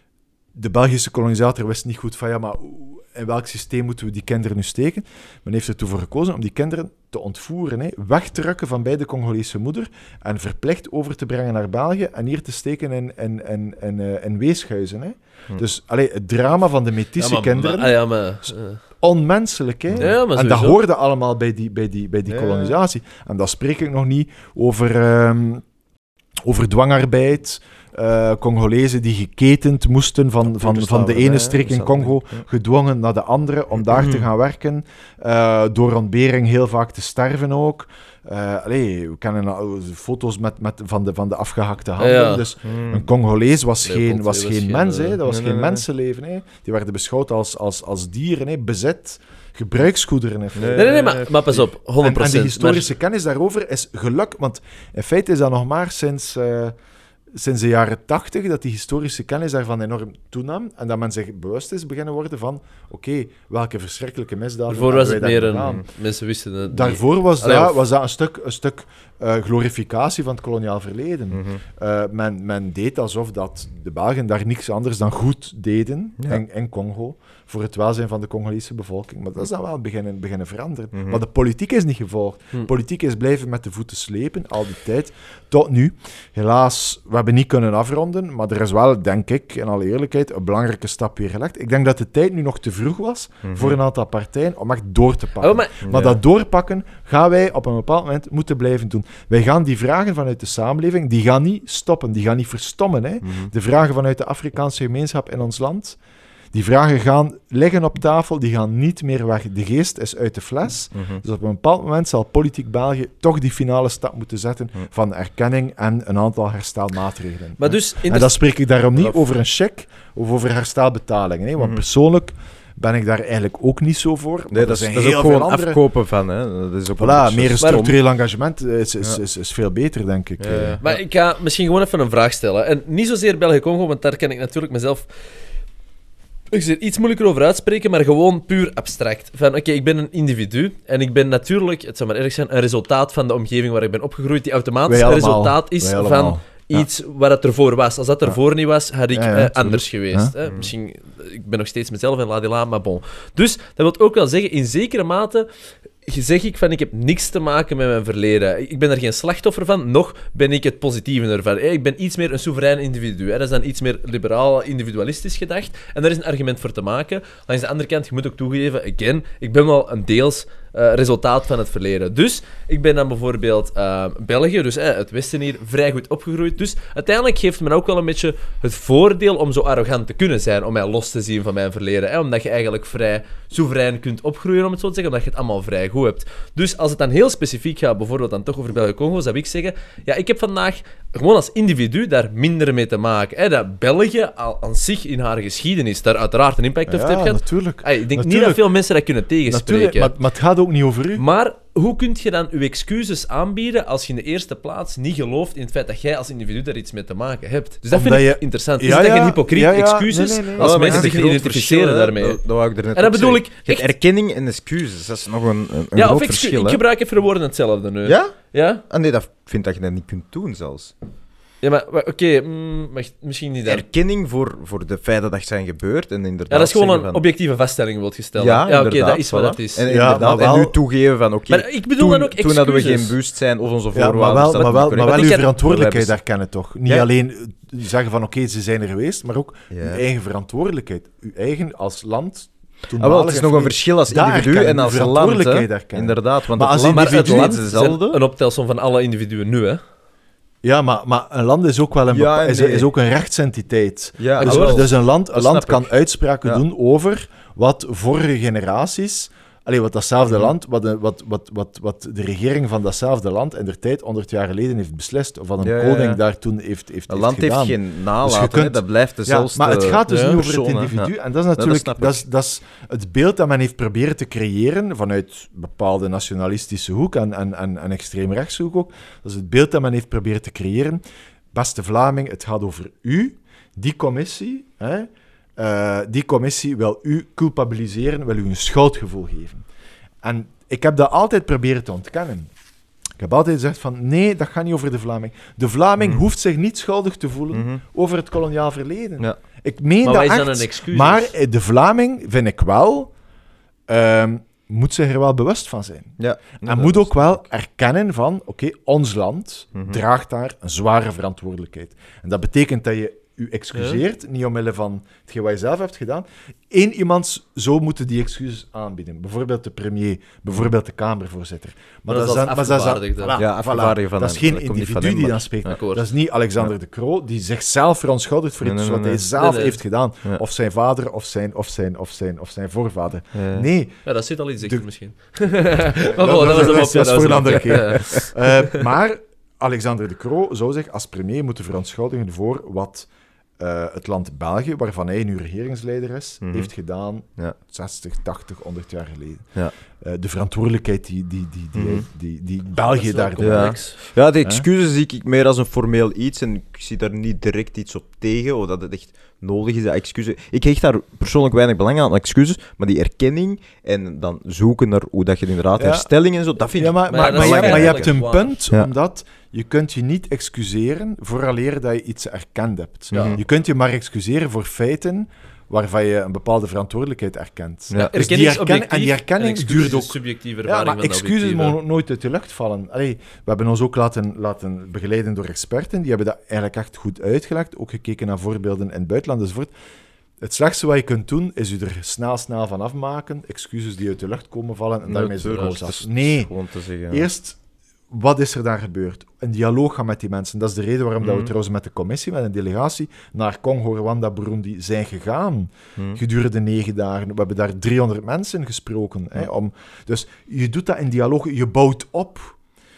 de Belgische kolonisator wist niet goed van, ja, maar in welk systeem moeten we die kinderen nu steken? Men heeft ervoor gekozen om die kinderen te ontvoeren, hè, weg te rukken van bij de Congolese moeder en verplicht over te brengen naar België en hier te steken in, in, in, in, uh, in weeshuizen. Hè. Hm. Dus allee, het drama van de métisse Ja, maar- kinderen, maar- ah, ja, maar, uh, onmenselijk. Hè. Ja, maar en dat sowieso. hoorde allemaal bij die, bij die, bij die Ja. kolonisatie. En dan spreek ik nog niet over, um, over dwangarbeid, uh, Congolezen die geketend moesten van, van, van de slavernij, ene streek in slavernij, Congo ja. gedwongen naar de andere om daar te Mhm. gaan werken. Uh, door ontbering heel vaak te sterven ook. Uh, allee, we kennen uh, foto's met, met, van, de, van de afgehakte handen. Ja. Dus Mhm. een Congolees was Leopold, geen, was hij was geen geen, mens, uh, hè. Dat was nee, geen nee, nee. mensenleven. Hè. Die werden beschouwd als, als, als dieren, hè. Bezet, gebruiksgoederen. in feite. Nee, nee, nee, nee, maar, maar pas op, honderd En, en procent. de historische kennis daarover is geluk, want in feite is dat nog maar sinds, uh, sinds de jaren tachtig dat die historische kennis daarvan enorm toenam en dat men zich bewust is beginnen worden van oké, okay, welke verschrikkelijke misdaden Daarvoor was het hebben wij meer daar een... gedaan. Mensen wisten het niet. Daarvoor was, Allee, dat, of- was dat een stuk, een stuk uh, glorificatie van het koloniaal verleden. Mhm. Uh, men, men deed alsof dat de Belgen daar niks anders dan goed deden Ja. in, in Congo voor het welzijn van de Congolese bevolking. Maar dat is dan wel beginnen, beginnen veranderen. Mhm. Maar de politiek is niet gevolgd. Hm. Politiek is blijven met de voeten slepen, al die tijd, tot nu. Helaas, we hebben niet kunnen afronden, maar er is wel, denk ik, in alle eerlijkheid, een belangrijke stap weer gelegd. Ik denk dat de tijd nu nog te vroeg was Mhm. voor een aantal partijen om echt door te pakken. Oh, maar, Maar Ja. dat doorpakken gaan wij op een bepaald moment moeten blijven doen. Wij gaan die vragen vanuit de samenleving, die gaan niet stoppen, die gaan niet verstommen. Hè. Mhm. De vragen vanuit de Afrikaanse gemeenschap in ons land, die vragen gaan liggen op tafel, die gaan niet meer weg. De geest is uit de fles. Mhm. Dus op een bepaald moment zal politiek België toch die finale stap moeten zetten Mhm. van erkenning en een aantal herstelmaatregelen. maar hè. dus... En inter- dan spreek ik daarom niet Of- over een cheque of over herstelbetalingen. Hè, want Mhm. persoonlijk ben ik daar eigenlijk ook niet zo voor. Maar Nee, er dat is, zijn dat is heel ook veel gewoon andere... afkopen van, hè. Dat is ook een Voilà, beetje- meer een Maar- structureel engagement is, is, Ja. is, is veel beter, denk ik. Ja, eh. ja. Maar ik ga misschien gewoon even een vraag stellen. En niet zozeer België-Congo, want daar kan ik natuurlijk mezelf ik zeg, iets moeilijker over uitspreken, maar gewoon puur abstract. Van, oké, ik ben een individu en ik ben natuurlijk, het zou maar erg zijn, een resultaat van de omgeving waar ik ben opgegroeid, die automatisch Wij een allemaal. resultaat is Wij van allemaal. iets waar het ervoor was. Als dat ervoor niet was, had ik Ja, ja, eh, tuurlijk. anders geweest. Ja. Hè? Misschien, ik ben nog steeds mezelf en la di la, maar bon. Dus, dat wil ook wel zeggen, in zekere mate zeg ik van, ik heb niks te maken met mijn verleden. Ik ben er geen slachtoffer van, nog ben ik het positieve ervan. Ik ben iets meer een soeverein individu. Dat is dan iets meer liberaal, individualistisch gedacht. En daar is een argument voor te maken. Langs de andere kant, je moet ook toegeven, again, ik ben wel een deels uh, resultaat van het verleden. Dus, ik ben dan bijvoorbeeld uh, België, dus uh, het Westen hier, vrij goed opgegroeid. Dus, uiteindelijk geeft me ook wel een beetje het voordeel om zo arrogant te kunnen zijn, om mij los te zien van mijn verleden. Hè? Omdat je eigenlijk vrij soeverein kunt opgroeien, om het zo te zeggen, omdat je het allemaal vrij goed hebt. Dus als het dan heel specifiek gaat, bijvoorbeeld dan toch over België-Congo, zou ik zeggen, ja, ik heb vandaag gewoon als individu daar minder mee te maken. Hè? Dat België al aan zich in haar geschiedenis daar uiteraard een impact heeft Ja, gehad. natuurlijk. Ay, ik denk niet Natuurlijk. dat veel mensen dat kunnen tegenspreken. Natuurlijk, maar, maar het gaat ook niet over u. Maar hoe kun je dan je excuses aanbieden als je in de eerste plaats niet gelooft in het feit dat jij als individu daar iets mee te maken hebt? Dus dat Omdat vind ik je- interessant. Ja, Is dat ja, geen hypocriet ja, ja. excuses Nee, nee, nee. als Ja, maar mensen dat zich is een groot identificeren verschil, hè. daarmee? Dat, dat wou ik er net En dat ook bedoel zeggen. ik Je hebt echt- erkenning en excuses, dat is nog een, een, een Ja, groot of excu- verschil. ik hè. gebruik even de woorden hetzelfde nu. Ja? Ja? Ah, nee, dat vind dat je dat niet kunt doen zelfs. Ja, maar maar oké, mm, maar misschien niet dan. Erkenning voor, voor de feiten dat zijn gebeurd en inderdaad Ja, dat is gewoon zeggen een van- objectieve vaststelling, wil je stellen. Ja, oké, inderdaad, dat is wat voilà. het is. En, Ja, inderdaad, maar wel- en nu toegeven van, oké, Maar ik bedoel toen, dan ook toen hadden we geen excuses. bewustzijn of onze Ja, voorwaarden. maar wel, staat maar niet wel, correct. maar wel Want uw ik heb- verantwoordelijkheid we herkennen, toch? Niet Ja. alleen eh, zeggen van, oké, ze zijn er geweest, maar ook Ja. uw eigen verantwoordelijkheid. Uw eigen als land. Ah, wel, het is nog een verschil als Daar individu herkennen, en als uw land. verantwoordelijkheid Hè. herkennen. Inderdaad, want Maar het als land, individu- het land is Zijn hetzelfde. een optelsom van alle individuen nu, hè. Ja, maar, maar een land is ook wel een, Ja, bepa- is, nee. is ook een rechtsentiteit. Ja, Dus, ah, wel. dus een land, een Dat land snap kan uitspraken Ja. doen over wat vorige generaties, allee, wat datzelfde Mhm. land, wat de, wat, wat, wat, wat de regering van datzelfde land in der tijd honderd jaar geleden heeft beslist, of wat een Ja, ja, koning ja. daar toen heeft, heeft, Een heeft land gedaan. heeft geen nalaten, Dus je hè. kunt- Dat blijft Ja, dezelfde maar het gaat dus ja, niet over het persoon, hè. individu. Ja. En dat is natuurlijk snap ik. dat is, dat is het beeld dat men heeft proberen te creëren vanuit bepaalde nationalistische hoek en, en, en, en extreemrechtse hoek ook. Dat is het beeld dat men heeft proberen te creëren. Beste Vlaming, het gaat over u. Die commissie, hè, eh, die commissie wil u culpabiliseren, wil u een schuldgevoel geven. En ik heb dat altijd proberen te ontkennen. Ik heb altijd gezegd van, nee, dat gaat niet over de Vlaming. De Vlaming Mhm. hoeft zich niet schuldig te voelen Mhm. over het koloniaal verleden. Ja. Ik meen Maar dat wat is echt. dan een excuus? Maar eh, de Vlaming, vind ik wel, ehm, moet zich er wel bewust van zijn. Ja. En moet ook wel erkennen van, oké, ons land Mhm. draagt daar een zware verantwoordelijkheid. En dat betekent dat je je excuseert, niet omwille van hetgeen wat je zelf hebt gedaan. Eén iemand zou moeten die excuses aanbieden. Bijvoorbeeld de premier, bijvoorbeeld de Kamervoorzitter. Maar dat is dan- als maar dat is dan- afgevaardigde. voilà, Ja, afgevaardigde voilà. van Dat is hem. geen Dat komt niet van individu hem, die maar- dan spreekt. Akkoord. Dat is niet Alexander de Croo, die zichzelf verontschuldigt voor Nee, iets nee, wat nee, hij nee. zelf Nee, nee. heeft gedaan. Ja. Of zijn vader, of zijn, of zijn, of zijn, of zijn voorvader. Ja. Nee, Ja, dat zit al iets dichter De- misschien. maar dat- bon, dat- dat was dat een is- dat is voor een andere keer. keer. Eh, maar Alexander de Croo zou zich als premier moeten verontschuldigen voor wat eh, het land België, waarvan hij nu regeringsleider is, Mhm. heeft gedaan Ja. zestig, tachtig, honderd jaar geleden. Ja. Eh, de verantwoordelijkheid die, die, die, die, Mhm. die, die België daar Ja. Ja, de excuses zie ik meer als een formeel iets en ik zie daar niet direct iets op tegen, of dat het echt nodig is, dat excuses. Ik hecht daar persoonlijk weinig belang aan, excuses, maar die erkenning en dan zoeken naar hoe dat je inderdaad Ja. herstelling en zo, dat vind Ja, ik... maar, Maar maar, dat maar, is je, maar je hebt eigenlijk een waar. punt, Ja. omdat je kunt je niet excuseren vooraleer dat je iets erkend hebt. Ja. Mhm. Je kunt je maar excuseren voor feiten waarvan je een bepaalde verantwoordelijkheid erkent. Ja. Dus die herken- en die erkenning duurt ook. subjectieve Ja, ervaring maar van de excuses objectieve. mogen ook nooit uit de lucht vallen. Allee, we hebben ons ook laten, laten begeleiden door experten. Die hebben dat eigenlijk echt goed uitgelegd. Ook gekeken naar voorbeelden in het buitenland enzovoort. Het slechtste wat je kunt doen, is je er snel, snel van afmaken. Excuses die uit de lucht komen vallen en daarmee is de Natuurlijk, roos het af. is- Nee, Gewoon te zeggen, ja. eerst, wat is er daar gebeurd? Een dialoog gaan met die mensen. Dat is de reden waarom dat we Mhm. trouwens met de commissie, met een delegatie, naar Congo, Rwanda, Burundi zijn gegaan. Mhm. Gedurende negen dagen. We hebben daar driehonderd mensen gesproken. Hè, om, dus je doet dat in dialoog, je bouwt op.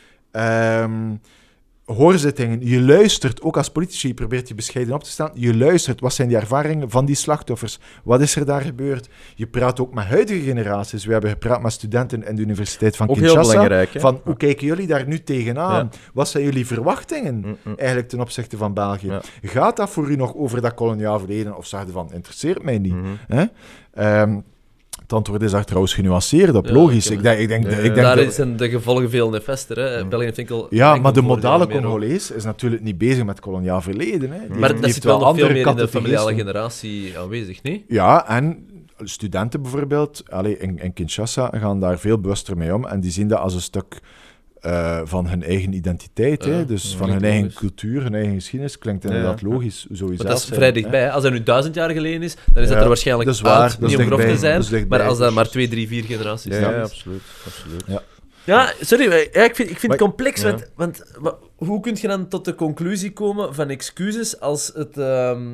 Ehm, hoorzittingen, je luistert, ook als politici, je probeert je bescheiden op te staan, je luistert, wat zijn die ervaringen van die slachtoffers? Wat is er daar gebeurd? Je praat ook met huidige generaties. We hebben gepraat met studenten in de Universiteit van Ook heel Kinshasa. belangrijk, hè. Van, hoe kijken jullie daar nu tegenaan? Ja. Wat zijn jullie verwachtingen Mm-mm. eigenlijk ten opzichte van België? Ja. Gaat dat voor u nog over dat koloniaal verleden? Of zeg je van, interesseert mij niet? Mhm. Hè? Ehm, het antwoord is daar trouwens genuanceerd op, Ja, logisch. ik Ik heb- denk, ik denk, Ja, ik ja. denk Daar dat- zijn de gevolgen veel nefester. Hè. België heeft enkel... ja, enkel maar de voordelen modale meer ook. Congolees is natuurlijk niet bezig met koloniaal verleden. Hè. Die Maar heeft- dat die zit heeft wel nog veel andere meer in kanten de te familiale geesten. generatie aanwezig, nee? Ja, en studenten bijvoorbeeld, allee, in, in Kinshasa gaan daar veel bewuster mee om en die zien dat als een stuk uh, van hun eigen identiteit, Ja, hè? Dus ja, van hun klinkt eigen logisch. cultuur, hun eigen geschiedenis, klinkt Ja, inderdaad ja. logisch. Hoe zou je Want zelf dat is zijn, vrij hè? dichtbij. Hè. Als dat nu duizend jaar geleden is, dan is dat Ja, er waarschijnlijk dat is waar, oud, dat is niet om grof te dichtbij, zijn. dat is dichtbij. Maar als dat maar twee, drie, vier generaties Ja, zijn. ja, is- absoluut. absoluut. Ja. Ja, sorry, maar ja, ik vind, ik vind Maar- het complex, ja. want, want maar hoe kun je dan tot de conclusie komen van excuses als het... ehm,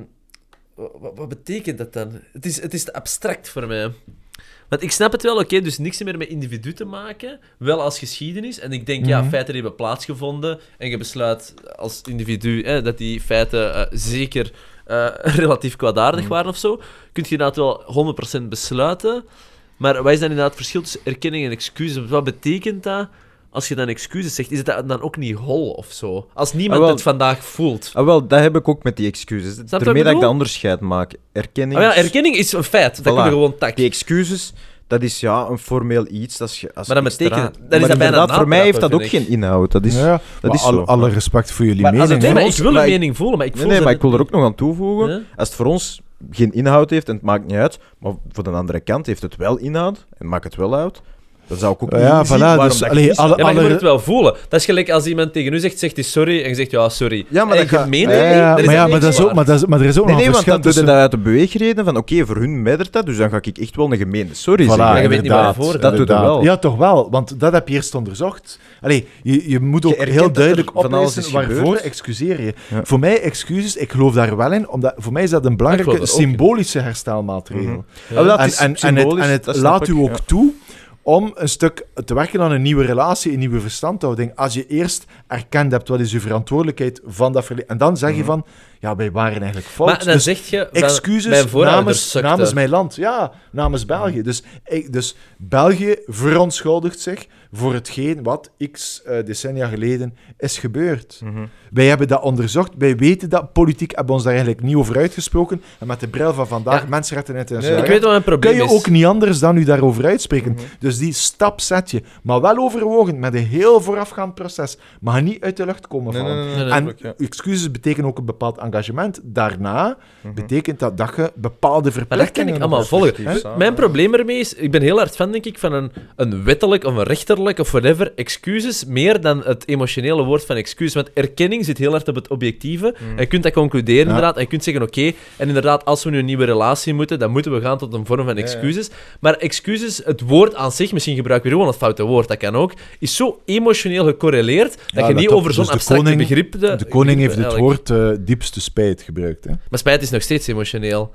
wat, wat betekent dat dan? Het is, het is te abstract voor mij. Want ik snap het wel, oké, dus niks meer met individu te maken, wel als geschiedenis. En ik denk, ja, Mhm. feiten hebben plaatsgevonden en je besluit als individu hè, dat die feiten eh, zeker eh, relatief kwaadaardig Mhm. waren of zo. Kun je inderdaad wel honderd procent besluiten. Maar wat is dan inderdaad het verschil tussen erkenning en excuses? Wat betekent dat als je dan excuses zegt? Is het dan ook niet hol of zo? Als niemand Ah, wel. het vandaag voelt. Ah, wel, dat heb ik ook met die excuses. wat ik Daarmee dat ik bedoel? dat onderscheid maak. Erkenning. Oh ja, erkenning is een feit. Dat Voilà. kun je gewoon tak. Die excuses, dat is ja een formeel iets. Dat is, ge- als Maar dat extra- betekent- dat is maar dat bijna inderdaad, voor mij heeft dat ook napraten, geen inhoud. Dat is, Ja, ja. dat Maar is alle, zo. alle respect voor jullie Maar als het mening. Nee, hè. maar ons- ik wil maar een ik- mening voelen, maar ik voel Nee, nee, ze maar net ik wil er niet. ook nog aan toevoegen. Ja? Als het voor ons geen inhoud heeft, en het maakt niet uit, maar voor de andere kant heeft het wel inhoud, en maakt het wel uit, dan zou ik ook Ja, niet zien voilà, waarom dus, dat allee, je niet alle- zou- Ja, maar je alle- moet het wel voelen. Dat is gelijk als iemand tegen u zegt, zegt hij sorry, en je zegt ja, sorry. Ja, maar en dat je gaat- meent Ja, het ja, niet, ja, dan is maar, ja, dat maar, dat niks is ook, waar. maar, dat is, maar er is ook Nee, nog nee, een want verschil dan doe je tussen... dat uit de beweegreden van oké, voor hun meddert dat, dus dan ga ik echt wel een gemeene sorry Voilà, zeggen. Maar je weet niet inderdaad, waarvoor, dat doet er inderdaad. wel. Ja, toch wel, want dat heb je eerst onderzocht. Allee, je, je moet ook Je erkent heel dat duidelijk er van alles oplezen is waarvoor gebeurd. excuseer je. Ja. Voor mij excuses, ik geloof daar wel in, omdat voor mij is dat een belangrijke geloof er ook in. symbolische herstelmaatregel. Mhm. Ja, dat En, is en, en het, symbolisch, en het dat snap laat ik, u ook ja. toe om een stuk te werken aan een nieuwe relatie, een nieuwe verstandhouding. Als je eerst erkend hebt wat is uw verantwoordelijkheid van dat verleden. En dan zeg je Mhm. van, ja, wij waren eigenlijk fout. Maar dan Dus zeg je, van, excuses mijn voorouders namens, sukten. namens mijn land. Ja, namens België. Dus, ik, dus België verontschuldigt zich voor hetgeen wat x eh, decennia geleden is gebeurd. Mhm. Wij hebben dat onderzocht, wij weten dat, politiek hebben we ons daar eigenlijk niet over uitgesproken. En met de bril van vandaag, Ja. mensenrechten en Nee, internationaal Ik weet wat mijn kun probleem je is. ook niet anders dan u daarover uitspreken. Mhm. Dus die stap zet je. Maar wel overwogen, met een heel voorafgaand proces. Mag niet uit de lucht komen Nee, nee, vallen. nee, nee, nee, En duidelijk, ja. excuses betekenen ook een bepaald engagement. Daarna Mhm. betekent dat dat je bepaalde Maar dat kan verplichtingen ik allemaal nog volgen. Effectief Hè? samen, Mijn ja. probleem ermee is, ik ben heel hard fan, denk ik, van een, een wettelijk of een rechterlijk of whatever excuses, meer dan het emotionele woord van excuus. Want erkenning zit heel hard op het objectieve. Mm. En je kunt dat concluderen, Ja. inderdaad. En je kunt zeggen, oké, en inderdaad, als we nu een nieuwe relatie moeten, dan moeten we gaan tot een vorm van ja. excuses. Maar excuses, het woord aan zich, misschien gebruik je gewoon het foute woord, dat kan ook, is zo emotioneel gecorreleerd, dat Ja, je let niet op. over zo'n Dus de abstracte koning- begrip... De, De koning heeft het eigenlijk- woord eh, diepste spijt gebruikt. Hè? Maar spijt is nog steeds emotioneel.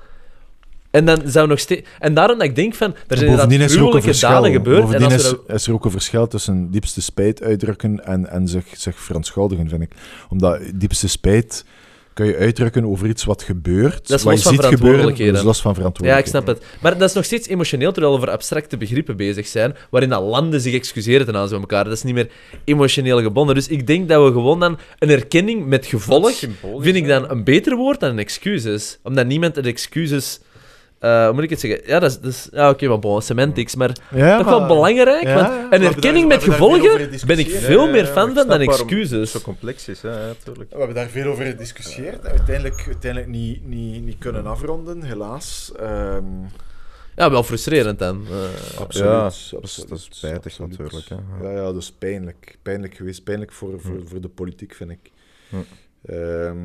En dan zou nog steeds... En daarom dat ik denk van, er zijn Bovendien inderdaad is er ook een gruwelijke verschil. daden gebeurd. En Bovendien als we is, dat- is er ook een verschil tussen diepste spijt uitdrukken en, en zich, zich verontschuldigen, vind ik. Omdat diepste spijt kun je uitdrukken over iets wat gebeurt, Dat is wat los je van ziet gebeuren, verantwoordelijkheden. dat is los van Ja, ik verantwoordelijkheden. snap het. Maar dat is nog steeds emotioneel, terwijl we over abstracte begrippen bezig zijn, waarin dat landen zich excuseren ten aanzien van elkaar. Dat is niet meer emotioneel gebonden. Dus ik denk dat we gewoon dan een erkenning met gevolg, Symbolisch, vind ik hè. dan een beter woord dan een excuses. Omdat niemand het excuses... eh, hoe moet ik het zeggen? Ja, dat is... Dat is ja, oké, maar bon, semantics, maar Ja, toch maar- wel belangrijk, Ja, want ja, we een hebben erkenning daar- met we hebben daar veel gevolgen over ben ik gediscussieerd. veel Ja, meer ja, fan ik van dan snap waarom het excuses. zo complex is, hè, natuurlijk. We hebben daar veel over gediscussieerd en uiteindelijk, uiteindelijk niet, niet, niet kunnen afronden, helaas. Ehm, Ja, wel frustrerend dan. Eh, absoluut. Ja, absoluut, dat is- dat is spijtig absoluut. natuurlijk, hè. Ja, ja, dat is pijnlijk. Pijnlijk geweest. Pijnlijk voor, voor, voor de politiek, vind ik. Hm. Ehm,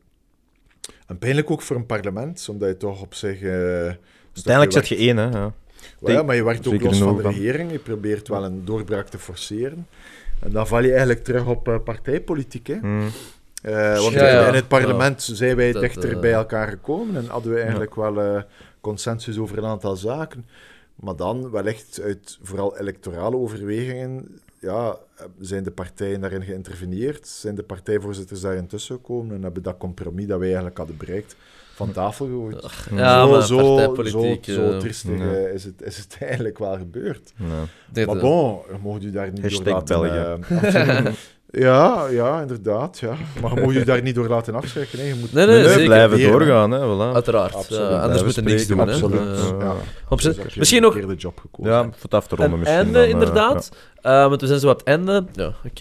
en pijnlijk ook voor een parlement, omdat je toch op zich... eh, Uiteindelijk zet je één, hè. Ja. Wel ja, maar je werkt ook Zeker los in van de ogen van- regering. Je probeert wel een doorbraak te forceren. En dan val je eigenlijk terug op eh, partijpolitiek, hè. Mm. Eh, want Ja, ja. in het parlement zijn wij Dat, dichter eh, bij elkaar gekomen en hadden we eigenlijk wel eh, consensus over een aantal zaken. Maar dan, wellicht uit vooral electorale overwegingen, ja, zijn de partijen daarin geïnterveneerd, zijn de partijvoorzitters daarin tussengekomen en hebben dat compromis dat wij eigenlijk hadden bereikt van tafel gegooid. ja, zo, maar zo, partijpolitiek... zo, zo eh, triestig ja. eh, is, het, is het eigenlijk wel gebeurd. Ja. dit, Maar eh, bon, je mocht u daar niet Hashtag door laten... België. eh, absoluut. Ja, ja, inderdaad. Ja. Maar je moet je daar niet door laten afschrikken. Hè. Je moet Nee, nee, Nee, zeker. blijven leren, doorgaan. Hè, voilà. Uiteraard. Absoluut. Ja, anders Blijven moeten we niks spreken, doen. Absoluut. Hè. Uh, Ja. absoluut. Dus heb je Misschien een nog verkeerde job gekozen. Ja, voor het af te ronden een misschien. einde, dan, eh, inderdaad. Uh, want we zijn zo op het einde. Ja, oké.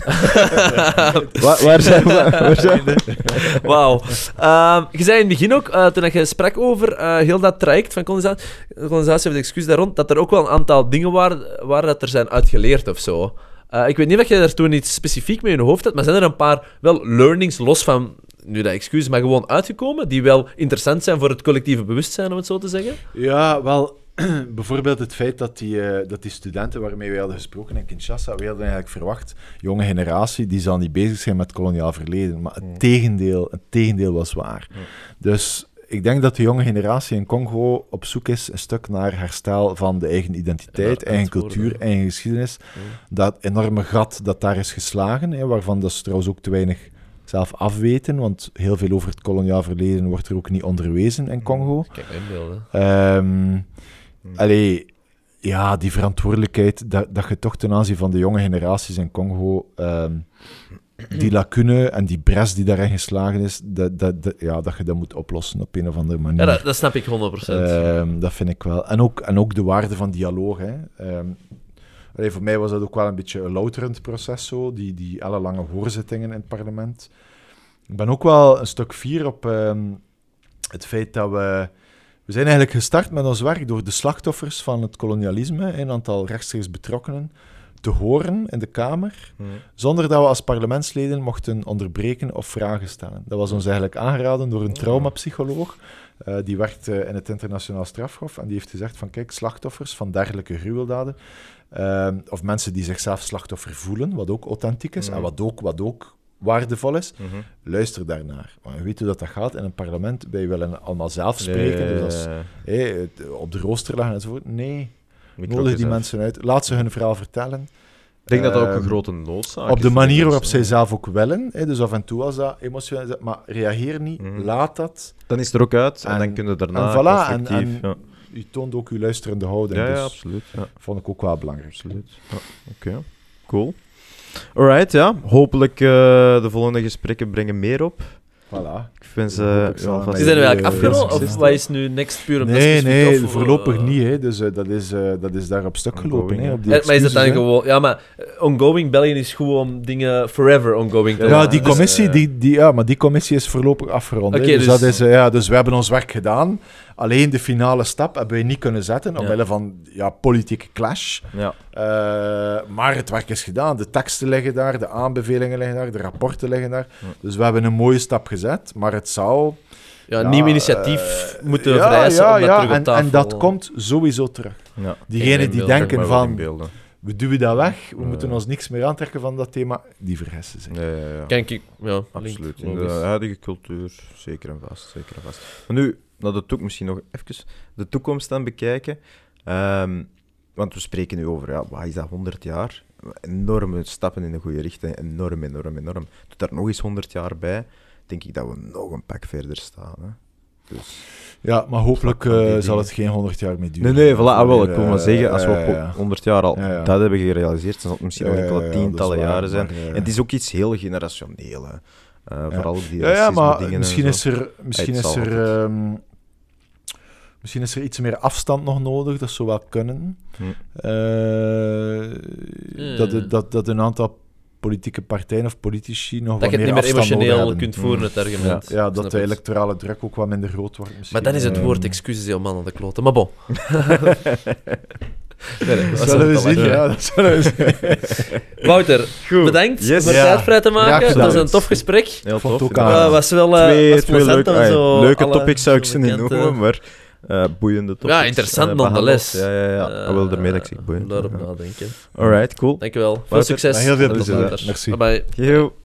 ja. Waar, waar zijn we? Waar zijn we? Wauw. Ehm, je zei in het begin ook, uh, toen je sprak over uh, heel dat traject van colonisatie, colonisatie of de excuus daar rond, dat er ook wel een aantal dingen waren, waren dat er zijn uitgeleerd of zo. Uh, ik weet niet of je daar toen iets specifiek mee in je hoofd had, maar zijn er een paar wel learnings los van, nu dat excuus, maar gewoon uitgekomen, die wel interessant zijn voor het collectieve bewustzijn, om het zo te zeggen? Ja, wel, bijvoorbeeld het feit dat die, uh, dat die studenten waarmee wij hadden gesproken in Kinshasa, wij hadden eigenlijk verwacht, jonge generatie, die zal niet bezig zijn met koloniaal verleden. Maar het, mm. tegendeel, het tegendeel was waar. Mm. Dus ik denk dat de jonge generatie in Congo op zoek is een stuk naar herstel van de eigen identiteit, ja, eigen cultuur, worden. eigen geschiedenis. Mm. Dat enorme gat dat daar is geslagen, hè, waarvan dat ze trouwens ook te weinig zelf afweten, want heel veel over het koloniaal verleden wordt er ook niet onderwezen in Congo. Kijk, inbeelden. Um, allee, ja, die verantwoordelijkheid dat, dat je toch ten aanzien van de jonge generaties in Congo um, die lacune en die bres die daarin geslagen is, dat, dat, dat, ja, dat je dat moet oplossen op een of andere manier. Ja, dat, dat snap ik honderd procent. Um, dat vind ik wel. En ook, en ook de waarde van dialoog. Hè. Um, allee, voor mij was dat ook wel een beetje een louterend proces, zo, die, die ellenlange hoorzittingen in het parlement. Ik ben ook wel een stuk fier op um, het feit dat we... We zijn eigenlijk gestart met ons werk door de slachtoffers van het kolonialisme, een aantal rechtstreeks betrokkenen, te horen in de Kamer, mm. zonder dat we als parlementsleden mochten onderbreken of vragen stellen. Dat was ons eigenlijk aangeraden door een traumapsycholoog, uh, die werkt uh, in het internationaal strafhof, en die heeft gezegd van, kijk, slachtoffers van dergelijke gruweldaden, uh, of mensen die zichzelf slachtoffer voelen, wat ook authentiek is, mm. en wat ook, wat ook waardevol is, mm-hmm. luister daarnaar. Maar weet hoe dat, dat gaat in een parlement? Wij willen allemaal zelf spreken, nee, dus als, hey, op de rooster leggen enzovoort. Nee, nodig die zelf. mensen uit. Laat ze hun verhaal vertellen. Ik denk uh, dat dat ook een um, grote noodzaak op is. de manier waarop zij zelf ook willen. Hey, dus af en toe als dat emotioneel is, maar reageer niet, mm-hmm. laat dat. Dan is het er ook uit en, en dan kun je daarna en voilà, constructief... En, en, ja. Je toont ook je luisterende houding. Ja, dus ja, absoluut. Ja. Vond ik ook wel belangrijk. Absoluut. Ja, Oké, okay. Cool. Alright, ja. Hopelijk uh, de volgende gesprekken brengen meer op. Voilà. Ik vind ze... Ja, ja, zijn we eigenlijk afgerond? Of wat is nu next puur om Nee, nee, of, voorlopig uh, niet. Hè. Dus uh, dat, is, uh, dat is daar op stuk gelopen. Hè, op die maar is het dan hè. gewoon... Ja, maar ongoing België is gewoon dingen forever ongoing te Ja, maken. die commissie, dus, uh, die, die, ja, maar die commissie is voorlopig afgerond. Okay, hè. Dus, dus, dat is, uh, ja, dus we hebben ons werk gedaan. Alleen de finale stap hebben we niet kunnen zetten, omwille ja. van ja, politieke clash. Ja. Uh, maar het werk is gedaan. De teksten liggen daar, de aanbevelingen liggen daar, de rapporten liggen daar. Ja. Dus we hebben een mooie stap gezet, maar het zou... Ja, een ja, nieuw initiatief uh, moeten ja, vereisen ja, om dat ja, terug op en, tafel... en dat komt sowieso terug. Ja. Diegenen die denken van, we duwen dat weg, we ja. moeten ons niks meer aantrekken van dat thema, die vergissen zich. Ja, ja, ja. Kijk ik, ja, absoluut. In de huidige cultuur, zeker en vast, zeker en vast. Maar nu, naar de toekomst, misschien nog even de toekomst dan bekijken. Um, want we spreken nu over, ja, wat is dat, honderd jaar? Enorme stappen in de goede richting, enorm, enorm, enorm. Doe daar nog eens honderd jaar bij, denk ik dat we nog een pak verder staan. Hè. Dus, ja, maar hopelijk uh, zal het geen honderd jaar meer duren. Nee, nee, voilà, ah, wel, ik wil maar zeggen, als we op uh, honderd jaar al ja, ja. dat hebben gerealiseerd, dan zal het misschien nog enkele uh, tientallen ja, jaren zijn. Maar, uh, en het is ook iets heel generationeel, hè. Uh, ja. Vooral die ja, ja, maar dingen misschien en is er, misschien is er, um, misschien is er iets meer afstand nog nodig, dat zou wel kunnen. Hm. Uh, mm. dat, dat, dat een aantal politieke partijen of politici nog dat wat meer afstand nodig hebben. Dat je het niet meer emotioneel hebben. kunt voeren, het argument. Ja, ja dat de electorale druk ook wat minder groot wordt. Maar dan is het woord excuses helemaal aan de kloten. Maar bon. Nee, nee, dat, dat zullen we zien, ja, dat zullen we zien. Wouter, goed. Bedankt yes. om er ja. tijd vrij te maken. Het was een tof gesprek. Heel tof. Het uh, was wel uh, twee, was twee leuk, ay, zo leuke topics zou ik ze niet noemen, uh, maar uh, boeiende topics. Ja, interessant uh, nonetheless. Ja, ja, ja. Uh, wel ermee dat ik zeg boeiend. Daarop ja. nadenken. Alright, cool. Dankjewel. Veel succes. Heel veel plezier. Merci. Bye bye. Yo.